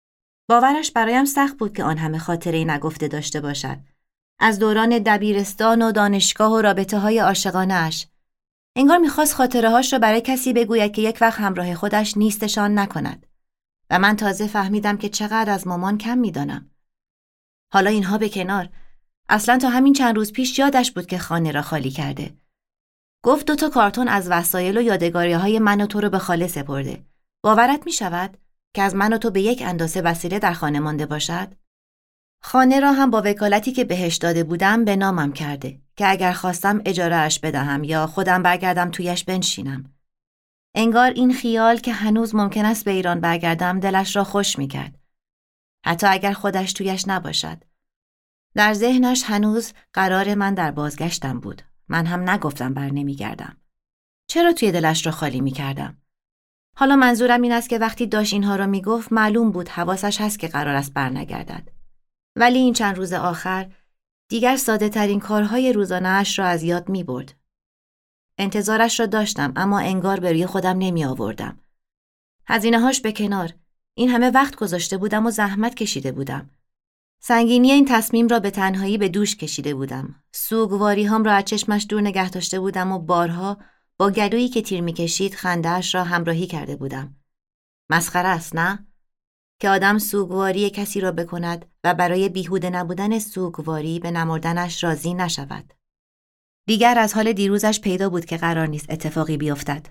باورش برایم سخت بود که آن همه خاطره نگفته داشته باشد. از دوران دبیرستان و دانشگاه و رابطه های عاشقانه اش. انگار میخواست خاطره هاش را برای کسی بگوید که یک وقت همراه خودش نیستشان نکند. و من تازه فهمیدم که چقدر از مامان کم میدانم. حالا اینها به کنار. اصلا تا همین چند روز پیش یادش بود که خانه را خالی کرده. گفت 2 کارتون از وسایل و یادگاری‌های من و تو رو به خاله سپرده. باورت می شود که از من و تو به یک اندازه وسیله در خانه مانده باشد؟ خانه را هم با وکالتی که بهش داده بودم به نامم کرده که اگر خواستم اجاره اش بدهم یا خودم برگردم تویش بنشینم. انگار این خیال که هنوز ممکن است به ایران برگردم دلش را خوش می کرد. حتی اگر خودش تویش نباشد. در ذهنش هنوز قرار من در بازگشتم بود. من هم نگفتم بر نمی گردم. چرا توی دلش را خالی می کردم؟ حالا منظورم این است که وقتی داشت اینها را می گفت معلوم بود حواسش هست که قرار است بر نگردد. ولی این چند روز آخر دیگر ساده ترین کارهای روزانه اش را از یاد می برد. انتظارش را داشتم اما انگار به روی خودم نمی آوردم. هزینه هاش به کنار. این همه وقت گذاشته بودم و زحمت کشیده بودم. سنگینی این تصمیم را به تنهایی به دوش کشیده بودم. سوگواری هم را از چشمش دور نگه داشته بودم و بارها با گلویی که تیر می کشید خنده‌اش را همراهی کرده بودم. مسخره است نه؟ که آدم سوگواری کسی را بکند و برای بیهوده نبودن سوگواری به نمردنش راضی نشود. دیگر از حال دیروزش پیدا بود که قرار نیست اتفاقی بیفتد.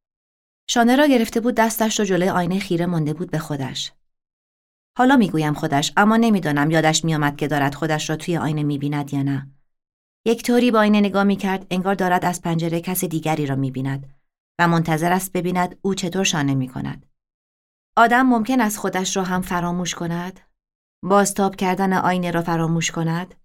شانه را گرفته بود، دستش را جلوی آینه خیره مانده بود به خودش. حالا میگویم خودش، اما نمیدانم یادش میآمد که دارد خودش را توی آینه میبیند یا نه. یک طوری با آینه نگاه میکرد انگار دارد از پنجره کس دیگری را میبیند و منتظر است ببیند او چطور شانه میکند. آدم ممکن است خودش را هم فراموش کند؟ بازتاب کردن آینه را فراموش کند؟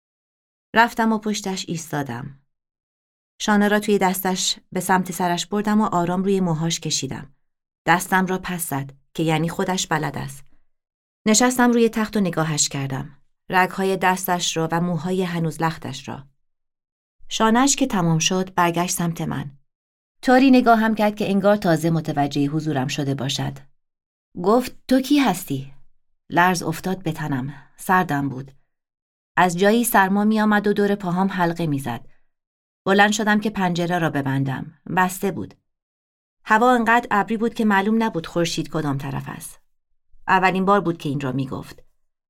رفتم و پشتش ایستادم. شانه را توی دستش به سمت سرش بردم و آرام روی موهاش کشیدم. دستم را پس زد که یعنی خودش بلد است. نشستم روی تخت و نگاهش کردم. رگ‌های دستش را و موهای هنوز لختش را. شانه‌اش که تمام شد برگشت سمت من. طوری نگاهم کرد که انگار تازه متوجه حضورم شده باشد. گفت تو کی هستی؟ لرز افتاد به تنم. سردم بود. از جایی سرما می آمد و دور پاهام حلقه می زد. بلند شدم که پنجره را ببندم. بسته بود. هوا انقدر ابری بود که معلوم نبود خورشید کدام طرف است. اولین بار بود که این را می گفت.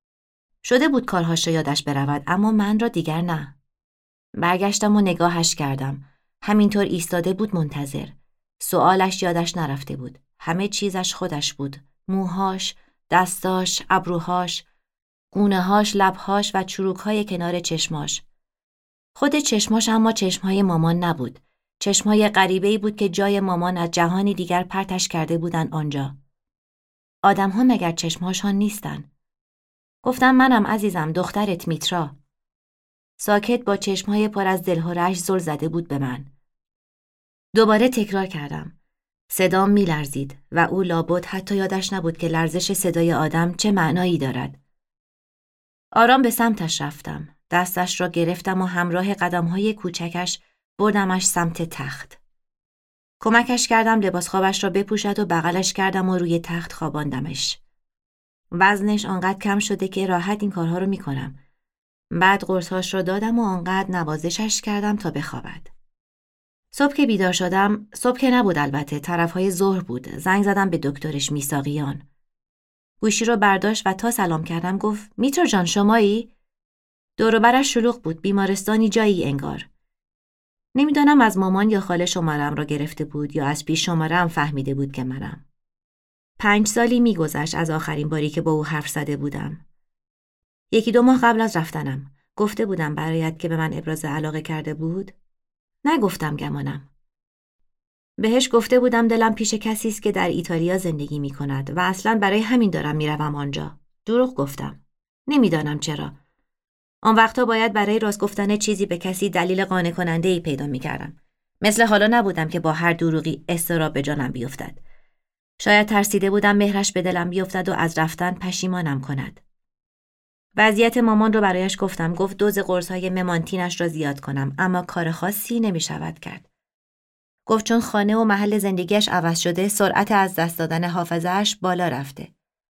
شده بود کارهاش را یادش برود اما من را دیگر نه. برگشتم و نگاهش کردم. همینطور ایستاده بود منتظر. سوالش یادش نرفته بود. همه چیزش خودش بود. موهاش، دستاش، ابروهاش، گونه‌هاش، لب‌هاش و چروک‌های کنار چشماش. خود چشماش اما چشم‌های مامان نبود. چشم‌های غریبه‌ای بود که جای مامان از جهانی دیگر پرتش کرده بودن آنجا. آدم‌ها مگر چشم‌هاشان نیستن؟ گفتم منم عزیزم، دخترت میترا. ساکت با چشم‌های پر از دل و رشک زل زده بود به من. دوباره تکرار کردم. صدام می‌لرزید و او لابد حتی یادش نبود که لرزش صدای آدم چه معنایی دارد. آرام به سمتش رفتم. دستش را گرفتم و همراه قدم‌های کوچکش بردمش سمت تخت. کمکش کردم لباس خوابش را بپوشد و بغلش کردم و روی تخت خواباندمش. وزنش آنقدر کم شده که راحت این کارها رو میکنم. بعد قرصهاش را دادم و آنقدر نوازشش کردم تا بخوابد. صبح که بیدار شدم، صبح که نبود البته، طرفهای ظهر بود. زنگ زدم به دکترش میساقیان. گوشی رو برداشت و تا سلام کردم گفت میترا جان شمایی؟ دور و برش شلوغ بود، بیمارستانی جایی انگار. نمیدانم از مامان یا خاله شمارم را گرفته بود یا از پیش شمارم فهمیده بود که منم. 5 سالی میگذشت از آخرین باری که با او حرف زده بودم. 1-2 ماه قبل از رفتنم. گفته بودم برایت که به من ابراز علاقه کرده بود؟ نگفتم گمانم. بهش گفته بودم دلم پیش کسی است که در ایتالیا زندگی می کند و اصلاً برای همین دارم میروم آنجا. دروغ گفتم. نمیدانم چرا. آن وقتا باید برای راست گفتن چیزی به کسی دلیل قانع کننده‌ای پیدا می‌کردم. مثل حالا نبودم که با هر دروغی اضطراب به جانم بیفتد. شاید ترسیده بودم مهرش به دلم بیفتد و از رفتن پشیمانم کند. وضعیت مامان رو برایش گفتم. گفت دوز قرص‌های ممانتینش را زیاد کنم، اما کار خاصی نمی‌شود کرد. گفت چون خانه و محل زندگیش عوض شده، سرعت از دست دادن حافظه‌اش بالا رفته.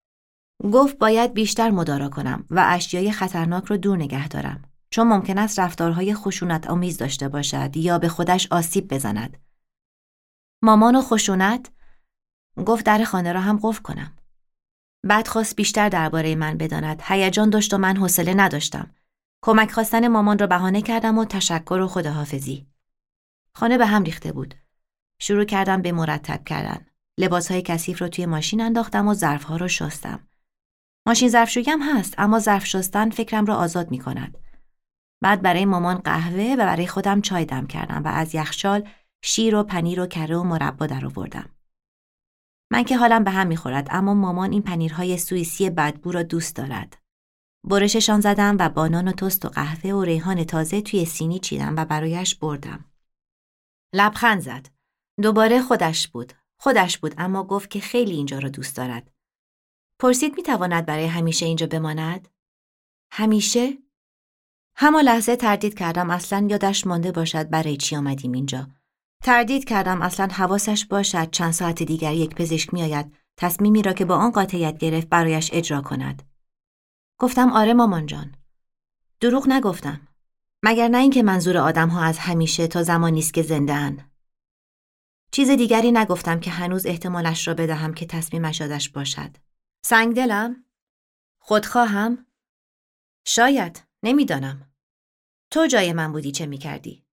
گفت باید بیشتر مدارا کنم و اشیای خطرناک رو دور نگه دارم، چون ممکن است رفتارهای خشونت آمیز داشته باشد یا به خودش آسیب بزند. مامان و خشونت؟ گفت در خانه را هم قفل کنم. بعد خواست بیشتر درباره من بداند. هیجان داشت و من حوصله نداشتم. کمک خواستن مامان را بهانه کردم و تشکر و خداحافظی. خانه به هم ریخته بود. شروع کردم به مرتب کردن. لباسهای کثیف رو توی ماشین انداختم و ظرفها رو شستم. ماشین ظرفشویی هم هست، اما ظرف شستن فکرم را آزاد می کند. بعد برای مامان قهوه و برای خودم چای دم کردم و از یخچال شیر و پنیر و کره و مربا در آوردم. من که حالم به هم می خورد، اما مامان این پنیرهای سوئیسی بدبو را دوست دارد. برششان زدم و بانان و تست و قهوه و ریحان تازه توی سینی چیدم و برایش بردم. لبخند زد. دوباره خودش بود، اما گفت که خیلی اینجا را دوست دارد. پرسید میتواند برای همیشه اینجا بماند؟ همیشه؟ همان لحظه تردید کردم اصلاً یادش مانده باشد برای چی آمدیم اینجا. تردید کردم اصلاً حواسش باشد چند ساعت دیگر یک پزشک میآید تصمیمی را که با آن قاطعیت گرفت برایش اجرا کند. گفتم آره مامان جان. دروغ نگفتم. مگر نه اینکه منظور آدم‌ها از همیشه تا زمانی است که زنده‌اند. چیز دیگری نگفتم که هنوز احتمالش را بدهم که تصمیمش یادش باشد. سنگدلم؟ خودخواهم؟ شاید، نمیدانم. تو جای من بودی چه میکردی؟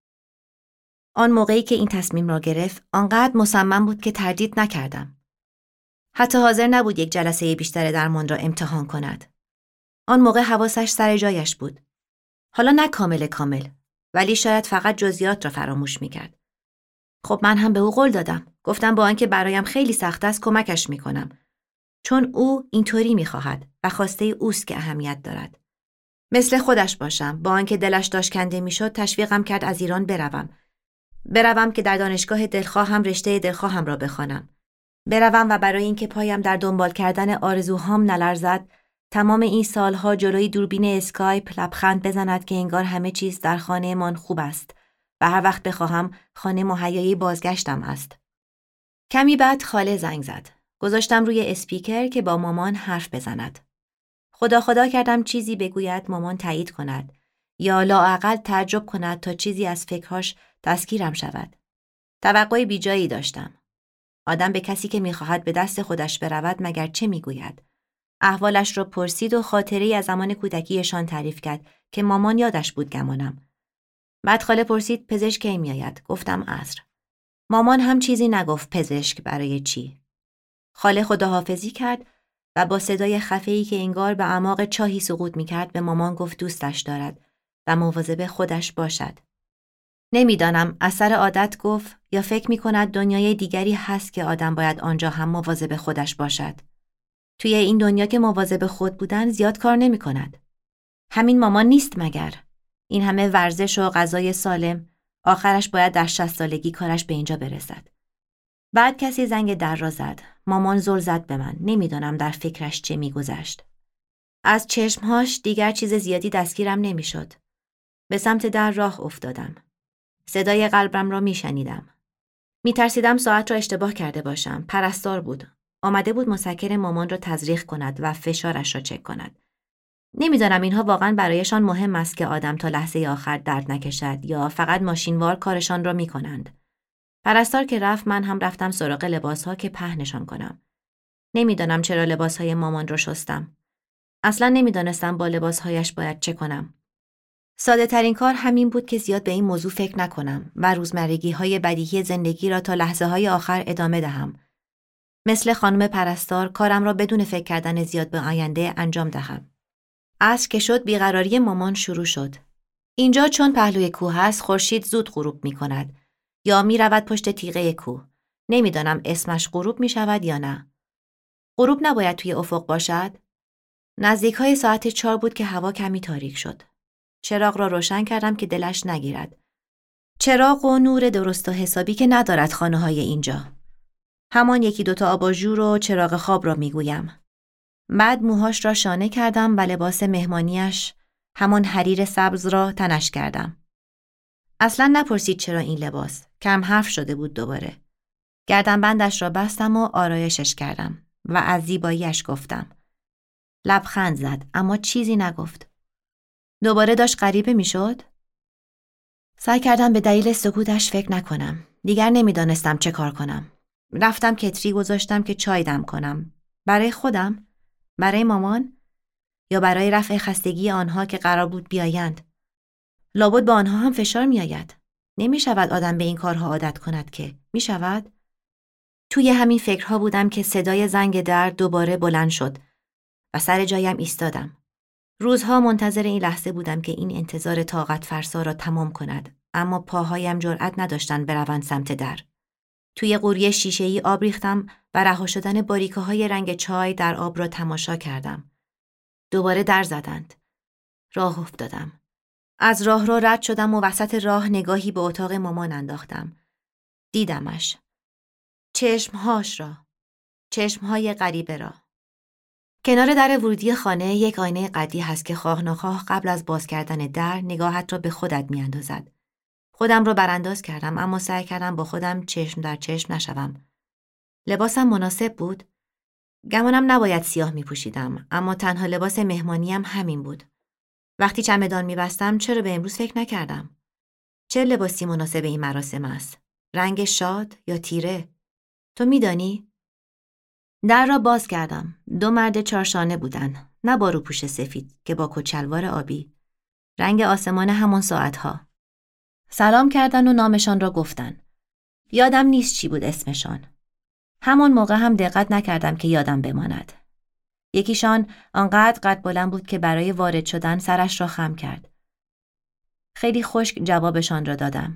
آن موقعی که این تصمیم را گرفت آنقدر مصمم بود که تردید نکردم. حتی حاضر نبود یک جلسه بیشتر درمان را امتحان کند. آن موقع حواسش سر جایش بود. حالا نه کامل، ولی شاید فقط جزئیات را فراموش میکرد. خب من هم به او قول دادم. گفتم با آنکه برایم خیلی سخت است کمکش میکنم. چون او اینطوری میخواهد و خواسته اوست که اهمیت دارد. مثل خودش باشم. با آنکه دلش داشت کنده میشد تشویقم کرد از ایران بروم که در دانشگاه دلخواهم رشته دلخواهم را بخوانم. بروم و برای اینکه پایم در دنبال کردن آرزوهام نلرزد تمام این سالها جلوی دوربین اسکایپ لبخند بزند که انگار همه چیز در خانه‌مان خوب است و هر وقت بخواهم خانه مهیای بازگشتم است. کمی بعد خاله زنگ زد. گذاشتم روی اسپیکر که با مامان حرف بزند. خدا کردم چیزی بگوید مامان تایید کند یا لااقل تعجب کند تا چیزی از فکرهاش دستگیرم شود. توقع بیجایی داشتم. آدم به کسی که میخواهد به دست خودش برود مگر چه میگوید؟ احوالش رو پرسید و خاطره‌ای از زمان کودکیشان تعریف کرد که مامان یادش بود گمانم. بعد خاله پرسید پزشک کی میآید؟ گفتم عصر. مامان هم چیزی نگفت پزشک برای چی. خاله خداحافظی کرد و با صدای خفه‌ای که انگار به اعماق چاهی سقوط می‌کرد به مامان گفت دوستش دارد و مواظب خودش باشد. نمیدانم اثر عادت گفت یا فکر می‌کند دنیای دیگری هست که آدم باید آنجا هم مواظب خودش باشد. توی این دنیا که مواظب خود بودن زیاد کار نمی‌کند. همین مامان نیست مگر؟ این همه ورزش و غذای سالم، آخرش باید در 60 سالگی کارش به اینجا برسد. بعد کسی زنگ در را زد. مامان زل زد به من. نمیدانم در فکرش چه میگذشت. از چشمهاش دیگر چیز زیادی دستگیرم نمیشد. به سمت در راه افتادم. صدای قلبم را میشنیدم. میترسیدم ساعت را اشتباه کرده باشم. پرستار بود. آمده بود مسکن مامان را تزریق کند و فشارش را چک کند. نمیدانم اینها واقعا برایشان مهم است که آدم تا لحظه آخر درد نکشد یا فقط ماشینوار کارشان را میکنند. پرستار که رفت، من هم رفتم سراغ لباسها که پهنشان کنم. نمیدانم چرا لباسهای مامان را شستم. اصلا نمیدانستم با لباسهایش باید چه کنم. ساده ترین کار همین بود که زیاد به این موضوع فکر نکنم و روزمرگی های بدیهی زندگی را تا لحظه های آخر ادامه دهم. مثل خانم پرستار کارم را بدون فکر کردن زیاد به آینده انجام دهم. عصر که شد بیقراری مامان شروع شد. اینجا چون پهلوی کوه است خورشید زود غروب می کند یا می رود پشت تیغه کوه. نمیدانم اسمش غروب می شود یا نه. غروب نباید توی افق باشد؟ نزدیک های ساعت 4 بود که هوا کمی تاریک شد. چراغ را روشن کردم که دلش نگیرد. چراغ و نور درست و حسابی که ندارد خانه های اینجا. همان یکی دوتا آباژور و چراغ خواب را میگویم. بعد موهاش را شانه کردم و لباس مهمانیش، همان حریر سبز را تنش کردم. اصلا نپرسید چرا این لباس. کم حرف شده بود دوباره. گردنبندش را بستم و آرایشش کردم و از زیباییش گفتم. لبخند زد اما چیزی نگفت. دوباره داشت غریبه میشد. سعی کردم به دلیل سکوتش فکر نکنم. دیگر نمیدانستم چه کار کنم. رفتم کتری گذاشتم که چای دم کنم. برای خودم؟ برای مامان؟ یا برای رفع خستگی آنها که قرار بود بیایند؟ لابد با آنها هم فشار می آید. نمی شود آدم به این کارها عادت کند که. می شود؟ توی همین فکرها بودم که صدای زنگ در دوباره بلند شد و سر جایم ایستادم. روزها منتظر این لحظه بودم که این انتظار طاقت فرسا را تمام کند، اما پاهایم جرأت نداشتن بروند سمت در. توی قوری شیشه‌ای آب ریختم و رها شدن باریکه‌های رنگ چای در آب را تماشا کردم. دوباره در زدند. راه افتادم. از راه رو رد شدم و وسط راه نگاهی به اتاق مامان انداختم. دیدمش. چشمهاش را. چشمهای غریبه را. کنار در ورودی خانه یک آینه قدی هست که خواه ناخواه قبل از باز کردن در نگاهت را به خودت میاندازد. خودم رو برانداز کردم اما سعی کردم با خودم چشم در چشم نشوم. لباسم مناسب بود. گمانم نباید سیاه می پوشیدم اما تنها لباس مهمانیم همین بود. وقتی چمدان می بستم چرا به امروز فکر نکردم؟ چه لباسی مناسب این مراسم است؟ رنگ شاد یا تیره؟ تو می دانی؟ در را باز کردم. 2 مرد چارشانه بودن. نه با روپوش سفید که با کچلوار آبی. رنگ آسمان همان ساعتها. سلام کردن و نامشان را گفتن. یادم نیست چی بود اسمشان. همان موقع هم دقت نکردم که یادم بماند. یکیشان آنقدر قد بلند بود که برای وارد شدن سرش را خم کرد. خیلی خشک جوابشان را دادم.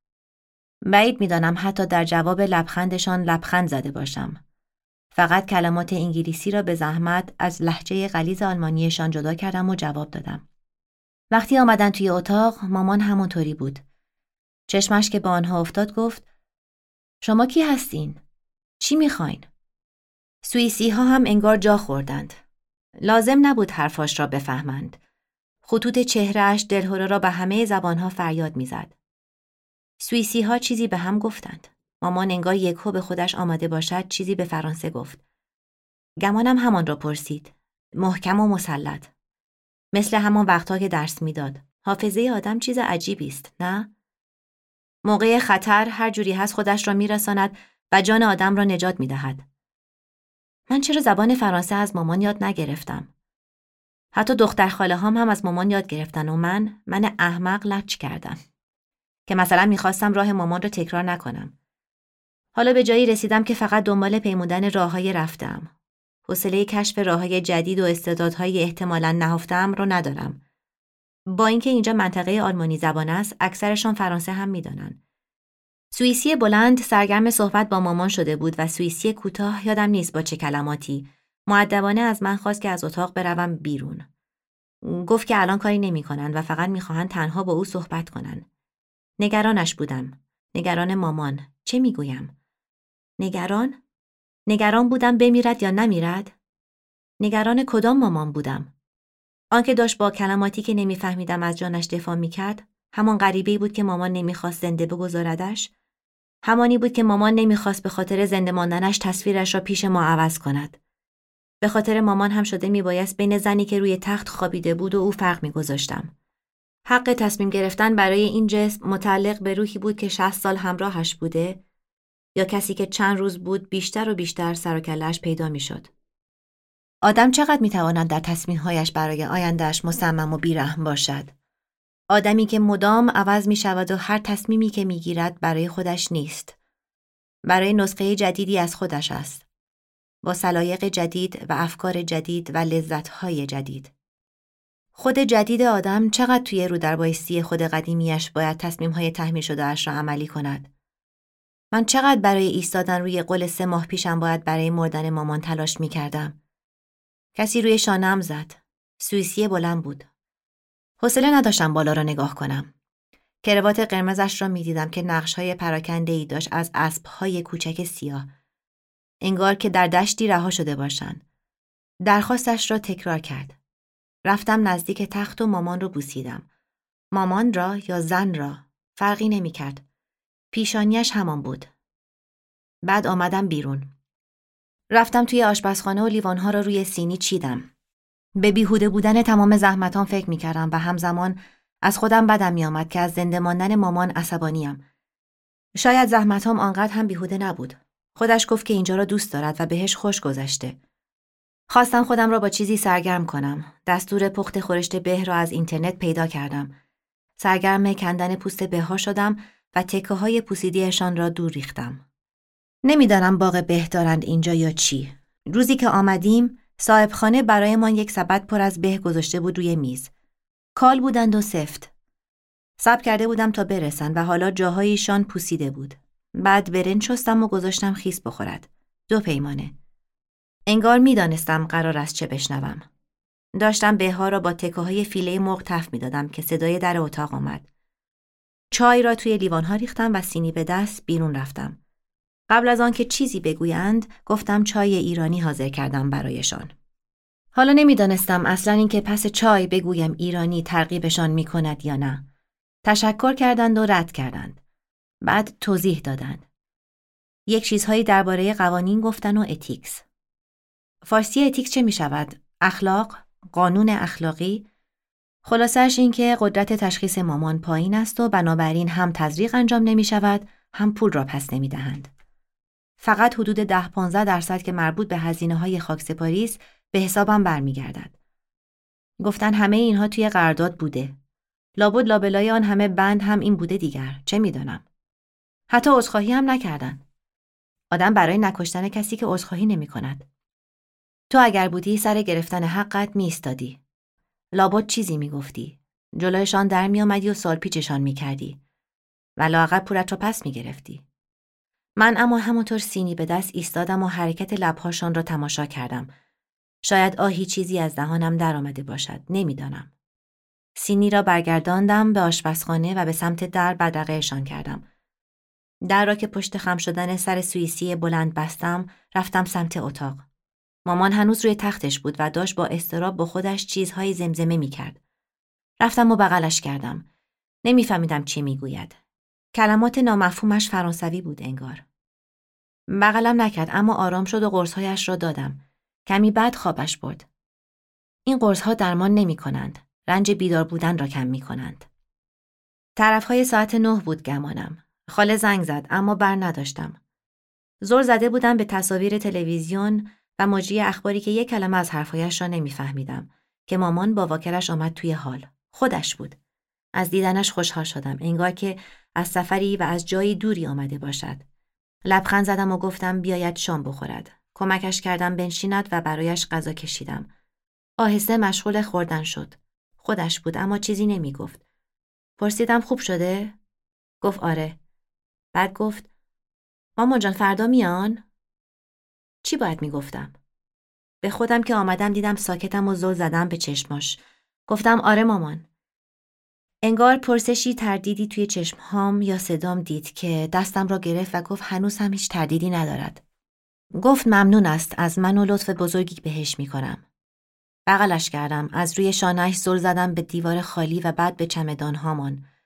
بعید می‌دانم حتی در جواب لبخندشان لبخند زده باشم. فقط کلمات انگلیسی را به زحمت از لهجه غلیظ آلمانیشان جدا کردم و جواب دادم. وقتی آمدن توی اتاق مامان همونطوری بود. چشمش که به آنها افتاد گفت شما کی هستین؟ چی میخواین؟ سوئیسی ها هم انگار جا خوردند. لازم نبود حرفاش را بفهمند. خطوط چهرهش دلهره را به همه زبانها فریاد میزد. سوئیسی ها چیزی به هم گفتند. مامان انگار یکهو به خودش آماده باشد چیزی به فرانسه گفت. گمانم همان را پرسید. محکم و مسلط. مثل همان وقتها که درس میداد. حافظه آدم چیز عجیبی است، نه؟ موقع خطر هر جوری هست خودش را میرساند و جان آدم را نجات میدهد. من چرا زبان فرانسه از مامان یاد نگرفتم؟ حتی دختر خاله هم از مامان یاد گرفتن و من احمق لچ کردم. که مثلا میخواستم راه مامان را تکرار نکنم. حالا به جایی رسیدم که فقط دنبال پیمودن راههای رفتم. حوصله کشف راههای جدید و استعدادهای احتمالاً نهفته‌ام رو ندارم. با اینکه اینجا منطقه آلمانی زبان است، اکثرشان فرانسه هم میدانن. سوئیسی بلند سرگرم صحبت با مامان شده بود و سوئیسی کوتاه یادم نیست با چه کلماتی مؤدبانه از من خواست که از اتاق بروم بیرون. گفت که الان کاری نمی‌کنن و فقط می‌خواهند تنها با او صحبت کنن. نگرانش بودم. نگران مامان. چه میگویم؟ نگران بودم بمیرد یا نمیرد؟ نگران کدام مامان بودم؟ آنکه داشت با کلماتی که نمیفهمیدم از جانش دفاع میکرد، همان غریبه‌ای بود که مامان نمیخواست زنده بگذاردش؟ همانی بود که مامان نمیخواست به خاطر زنده ماندنش تصویرش را پیش ما عوض کند. به خاطر مامان هم شده میبایست بین زنی که روی تخت خوابیده بود و او فرق میگذاشتم. حق تصمیم گرفتن برای این جسم متعلق به روحی بود که 60 سال همراهش بوده یا کسی که چند روز بود بیشتر و بیشتر سر و کله‌اش پیدا میشد. آدم چقدر میتواند در تصمیم‌هایش برای آینده‌اش مصمم و بیرحم باشد؟ آدمی که مدام عوض میشود و هر تصمیمی که میگیرد برای خودش نیست. برای نسخه جدیدی از خودش است. با سلایق جدید و افکار جدید و لذت‌های جدید. خود جدید آدم چقدر توی رو در بایستی خود قدیمیش باید تصمیم‌های تحمیل شده اش را عملی کند. من چقدر برای ایستادن روی قول 3 ماه پیشم باید برای مردن مامان تلاش می‌کردم. کسی روی شانه‌ام زد. سوئیسی بلند بود. حوصله نداشتم بالا را نگاه کنم. کراوات قرمزش را می‌دیدم که نقش‌های پراکنده‌ای داشت از اسب‌های کوچک سیاه. انگار که در دشتی رها شده باشند. درخواستش را تکرار کرد. رفتم نزدیک تخت و مامان رو بوسیدم. مامان را یا زن را فرقی نمی‌کرد. پیشانیش همان بود. بعد آمدم بیرون. رفتم توی آشپزخانه و لیوان‌ها را روی سینی چیدم. به بیهوده بودن تمام زحمتام فکر می‌کردم و همزمان از خودم بدم می‌آمد که از زنده ماندن مامان عصبانیم. شاید زحمتام آنقدر هم بیهوده نبود. خودش گفت که اینجا را دوست دارد و بهش خوش گذشته. خواستم خودم را با چیزی سرگرم کنم. دستور پخت خورشت به را از اینترنت پیدا کردم. سرگرم کندن پوست به‌ها شدم و تکه‌های پوسیده‌شان را دور ریختم. نمیدانم باغ به دارند اینجا یا چی. روزی که آمدیم، صاحب خانه برایمان یک سبد پر از به گذاشته بود روی میز. کال بودند و سفت. صبر کرده بودم تا برسن و حالا جاهایشان پوسیده بود. بعد برنج شستم و گذاشتم خیس بخورد. 2 پیمانه. انگار میدانستم قرار است چه بشنوم. داشتم به‌ها را با تکه‌های فیله مرغ تف می‌دادم که صدای در اتاق آمد. چای را توی لیوان‌ها ریختم و سینی به دست بیرون رفتم. قبل از آن که چیزی بگویند، گفتم چای ایرانی حاضر کردم برایشان. حالا نمیدانستم اصلاً این که پس چای بگویم ایرانی ترغیبشان می‌کند یا نه. تشکر کردند و رد کردند. بعد توضیح دادند. یک چیزهایی درباره قوانین گفتن و اتیکس. فارسی اتیکس چه می‌شود؟ اخلاق، قانون اخلاقی. خلاصش این که قدرت تشخیص مامان پایین است و بنابراین هم تزریق انجام نمی‌شود، هم پول را پس نمی‌دهند. فقط حدود 10-15% که مربوط به هزینه‌های خاکسپاری است به حسابم برمیگردد. گفتن همه اینها توی قرارداد بوده. لابد لابلای آن همه بند هم این بوده دیگر. چه می‌دانم؟ حتی عذرخواهی هم نکردن. آدم برای نکشتن کسی که عذرخواهی نمی‌کند. تو اگر بودی سر گرفتن حقت می‌ایستادی. لابد چیزی می‌گفتی. جلویشان در می‌آمدی و سال پیچشان می‌کردی. و لااقل پولت را پس می‌گرفتی. من اما همونطور سینی به دست ایستادم و حرکت لب‌هاشان را تماشا کردم. شاید آهی چیزی از دهانم در آمده باشد. نمی‌دانم. سینی را برگرداندم به آشپزخانه و به سمت در بدرقه‌شان کردم. در را که پشت خم شدن سر سوئیسی بلند بستم، رفتم سمت اتاق. مامان هنوز روی تختش بود و داشت با اضطراب با خودش چیزهای زمزمه می‌کرد. رفتم و بغلش کردم. نمی‌فهمیدم چی می‌گوید. کلمات نامفهومش فرانسوی بود انگار. بغلم نکرد اما آرام شد و قرص‌هایش را دادم. کمی بعد خوابش برد. این قرص‌ها درمان نمی‌کنند. رنج بیدار بودن را کم می‌کنند. طرف‌های ساعت 9 بود گمانم. خاله زنگ زد اما بر نداشتم. زل زده بودم به تصاویر تلویزیون و مجری اخباری که یک کلمه از حرفایش را نمی‌فهمیدم که مامان با واکرش آمد توی حال. خودش بود. از دیدنش خوشحال شدم. انگار که از سفری و از جایی دوری آمده باشد. لبخند زدم و گفتم بیاید شام بخورد. کمکش کردم بنشیند و برایش غذا کشیدم. آهسته مشغول خوردن شد. خودش بود اما چیزی نمی گفت. پرسیدم خوب شده؟ گفت آره. بعد گفت مامان جان فردا میان؟ چی باید می گفتم؟ به خودم که آمدم دیدم ساکتم و زل زدم به چشماش. گفتم آره مامان. انگار پرسشی تردیدی توی چشمهام یا صدام دید که دستم را گرفت و گفت هنوز هم هیچ تردیدی ندارد. گفت ممنون است از من و لطف بزرگی بهش میکنم. بغلش کردم. از روی شانه‌اش زل زدم به دیوار خالی و بعد به چمدان هامان.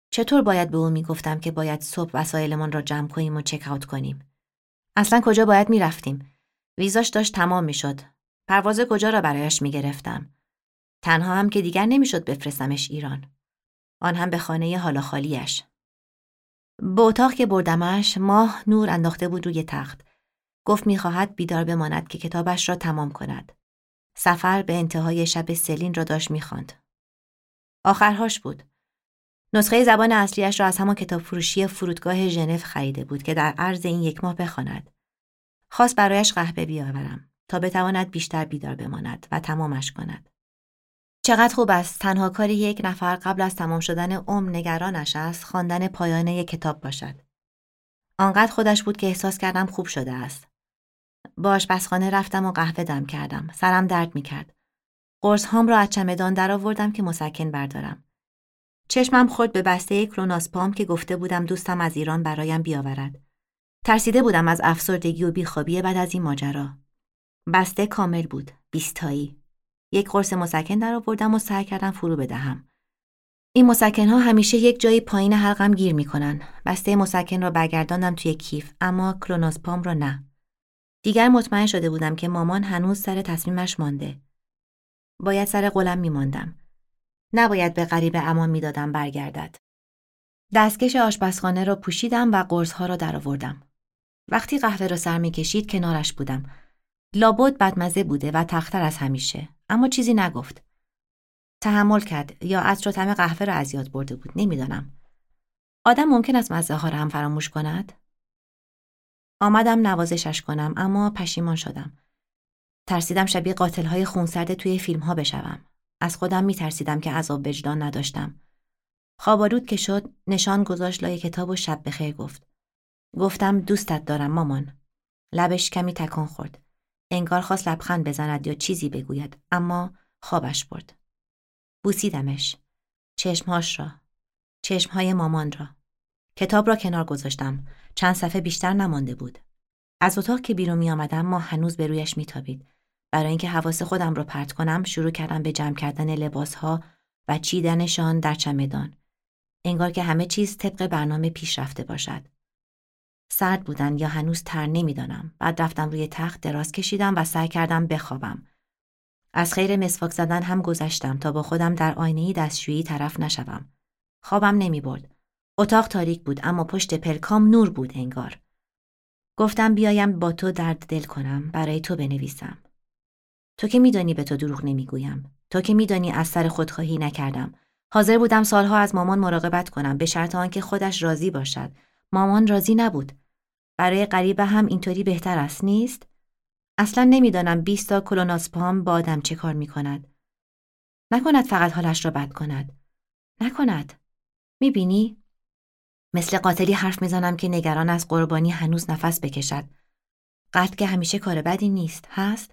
چطور باید به او میگفتم که باید صبح وسایلمان را جمع کنیم و چک اوت کنیم؟ اصلا کجا باید میرفتیم؟ ویزاش داشت تمام میشد. پرواز کجا را برایش میگرفتم؟ تنها هم که دیگر نمیشد بفرستمش ایران. آن هم به خانه حالا خالیش. به اتاق که بردمش، ماه نور انداخته بود روی تخت. گفت میخواهد بیدار بماند که کتابش را تمام کند. سفر به انتهای شب سلین را داشت میخواند. آخرهاش بود. نسخه زبان اصلیش را از همان کتاب فروشی فرودگاه ژنو خریده بود که در عرض این 1 ماه بخواند. خواست برایش قهوه بیاورم تا بتواند بیشتر بیدار بماند و تمامش کند. چقدر خوب است تنها کار یک نفر قبل از تمام شدن عمر نگرانش است خواندن پایان یک کتاب باشد. آنقدر خودش بود که احساس کردم خوب شده است. با آشپزخانه رفتم و قهوه دم کردم. سرم درد می‌کرد. قرص هام را از چمدان درآوردم که مسکن بردارم. چشمم خورد به بسته کلونازپام که گفته بودم دوستم از ایران برایم بیاورد. ترسیده بودم از افسردگی و بیخوابی بعد از این ماجرا. بسته کامل بود، 20 تایی. یک قرص مسکن درآوردم و سعی کردم فرو بدهم. این مسکن‌ها همیشه یک جایی پایین حلقم گیر می‌کنن. بسته مسکن را برگرداندم توی کیف، اما کلونازپام را نه. دیگر مطمئن شده بودم که مامان هنوز سر تصمیمش مانده. باید سر قولم می‌ماندم. نباید به غریبه امان می‌دادم برگردد. دستکش آشپزخانه را پوشیدم و قرص‌ها را درآوردم. وقتی قهوه را سر می‌کشید کنارش بودم. لابد بدمزه بوده و تخت‌تر از همیشه، اما چیزی نگفت. تحمل کرد یا عطر و طعم قهوه را از یاد برده بود، نمیدانم. آدم ممکن است مزه‌ها را هم فراموش کند؟ آمدم نوازشش کنم اما پشیمان شدم. ترسیدم شبیه قاتل‌های خونسرد توی فیلم‌ها بشوم. از خودم می‌ترسیدم که عذاب وجدان نداشتم. خواب آلود که شد نشان گذاشت لای کتاب و شب بخیر گفت. گفتم دوستت دارم مامان. لبش کمی تکان خورد. انگار خواست لبخند بزند یا چیزی بگوید، اما خوابش برد. بوسیدمش. چشمهاش را. چشمهای مامان را. کتاب را کنار گذاشتم. چند صفحه بیشتر نمانده بود. از اتاق که بیرون می آمدم ما هنوز به رویش می تابید. برای اینکه حواس خودم را پرت کنم شروع کردم به جمع کردن لباسها و چیدنشان در چمدان. انگار که همه چیز طبق برنامه پیش رفته باشد. سرد بودن یا هنوز تر نمیدانم. بعد رفتم روی تخت دراز کشیدم و سعی کردم بخوابم. از خیر مسواک زدن هم گذشتم تا با خودم در آینه دستشویی طرف نشوم. خوابم نمی برد. اتاق تاریک بود اما پشت پلکام نور بود انگار. گفتم بیایم با تو درد دل کنم، برای تو بنویسم. تو که میدانی به تو دروغ نمیگویم. تو که میدانی از سر خودخواهی نکردم. حاضر بودم سالها از مامان مراقبت کنم به شرط آنکه خودش راضی باشد. مامان راضی نبود. برای غریبه هم اینطوری بهتر است نیست؟ اصلا نمیدانم 20 تا کلونازپام با آدم چه کار میکند. نکند فقط حالش را بد کند. نکند. میبینی؟ مثل قاتلی حرف میزنم که نگران از قربانی هنوز نفس بکشد. قتل که همیشه کار بدی نیست، هست؟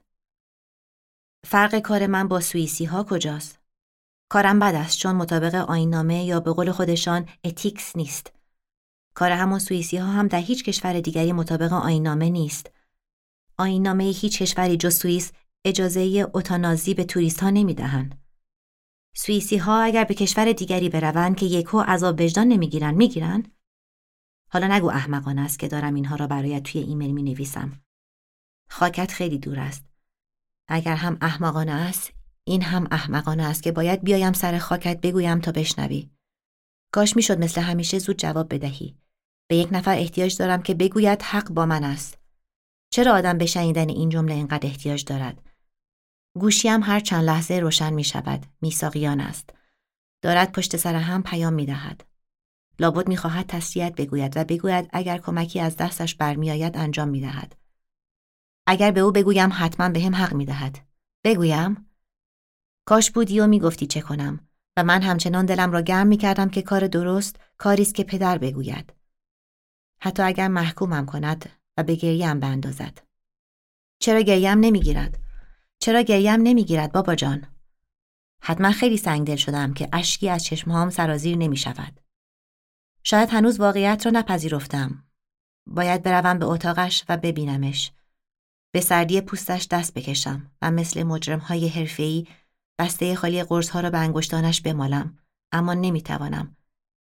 فرق کار من با سوئیسی ها کجاست؟ کارم بد است چون مطابق آیین‌نامه یا به قول خودشان اتیکس نیست. کار همون سوئیسی ها هم در هیچ کشور دیگری مطابق آیین‌نامه نیست. آیین‌نامه هیچ کشوری جز سوئیس اجازه اوتانازی به توریست ها نمیدهند. سوئیسی ها اگر به کشور دیگری بروند که یکو عذاب وجدان نمیگیرن میگیرن؟ حالا نگو احمقانه است که دارم اینها را برایت توی ایمیل می نویسم. خاکت خیلی دور است. اگر هم احمقانه است، این هم احمقانه است که باید بیایم سر خاکت بگویم تا بشنوی. کاش میشد مثل همیشه زود جواب بدهی. به یک نفر احتیاج دارم که بگوید حق با من است. چرا آدم به شنیدن این جمله اینقدر احتیاج دارد؟ گوشیم هر چند لحظه روشن می شود. میثاقیان است. دارد پشت سر هم پیام می دهد. لابد می خواهد تسلیت بگوید و بگوید اگر کمکی از دستش برمی آید انجام می دهد. اگر به او بگویم حتما به هم حق می دهد. بگویم؟ کاش بودی و می گفتی چه کنم و من همچنان دلم را گرم می کردم که کار درست کاری است که پدر بگوید. حتی اگر محکومم کند و به گریم بندازد. چرا گریم نمی گیرد؟ چرا گریم نمی گیرد بابا جان؟ حتما خیلی سنگدل شدم که اشکی از چشمهام سرازیر نمی شود. شاید هنوز واقعیت را نپذیرفتم. باید بروم به اتاقش و ببینمش. به سردی پوستش دست بکشم و مثل مجرم‌های حرفه‌ای بسته خالی قرص‌ها را به انگشتانش بمالم، اما نمی‌توانم.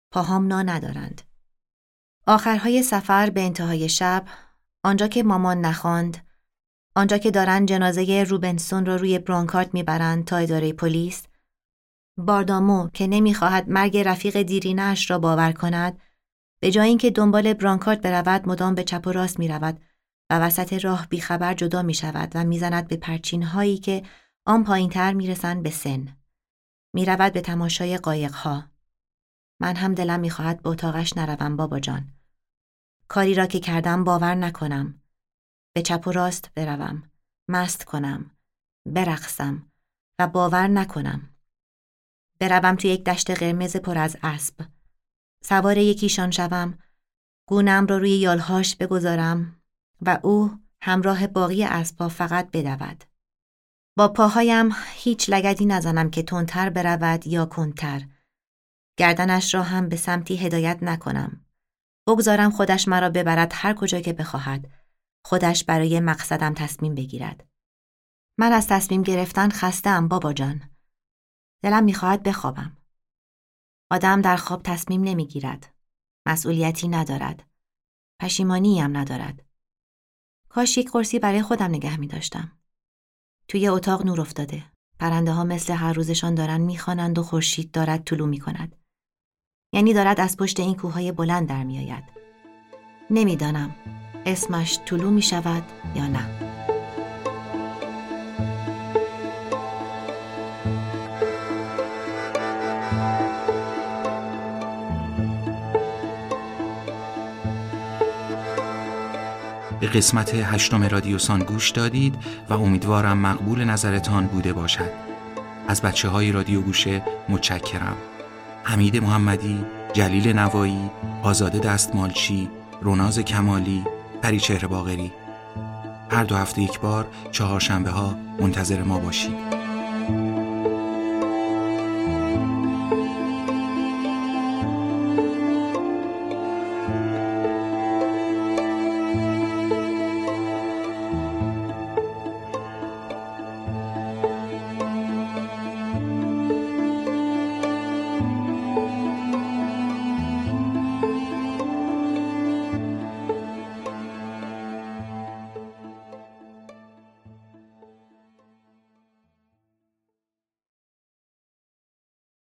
پاهام نا ندارند. آخرهای سفر به انتهای شب، آنجا که مامان نخواند، آنجا که دارن جنازه روبنسون رو روی برانکارد میبرند تا اداره پلیس، باردامو که نمیخواهد مرگ رفیق دیرینه‌اش را باور کند، به جای اینکه دنبال برانکارد برود مدام به چپ و راست میرود و وسط راه بیخبر جدا میشود و میزند به پرچین هایی که آن پایینتر میرسند به سن. میرود به تماشای قایق‌ها. من هم دلم میخواهد به اتاقش نروم بابا جان. کاری را که کردم باور نکنم. به چپ و راست بروم، مست کنم، برقصم و باور نکنم. بروم توی یک دشت قرمز پر از اسب. سوار یکیشان شوم، گونه‌ام را روی یالهاش بگذارم و او همراه باقی اسب‌ها فقط بدود. با پاهایم هیچ لگدی نزنم که تندتر برود یا کندتر. گردنش را هم به سمتی هدایت نکنم. بگذارم خودش مرا ببرد هر کجا که بخواهد. خودش برای مقصدم تصمیم بگیرد. من از تصمیم گرفتن خسته‌ام بابا جان. دلم میخواهد بخوابم. آدم در خواب تصمیم نمیگیرد. مسئولیتی ندارد. پشیمانی هم ندارد. کاش یک قرصی برای خودم نگه می‌داشتم. توی اتاق نور افتاده. پرنده ها مثل هر روزشان دارن میخوانند و خورشید دارد طلوع میکند. یعنی دارد از پشت این کوههای بلند در میآید. نمیدانم اسمش طلوع میشود یا نه. به قسمت 8 رادیوسان گوش دادید و امیدوارم مقبول نظرتان بوده باشد. از بچه‌های رادیو گوشه متشکرم. حمید محمدی، جلیل نوایی، آزاده دستمالچی، روناز کمالی، پریچهره باقری. هر 2 هفته یک بار چهارشنبه ها منتظر ما باشید.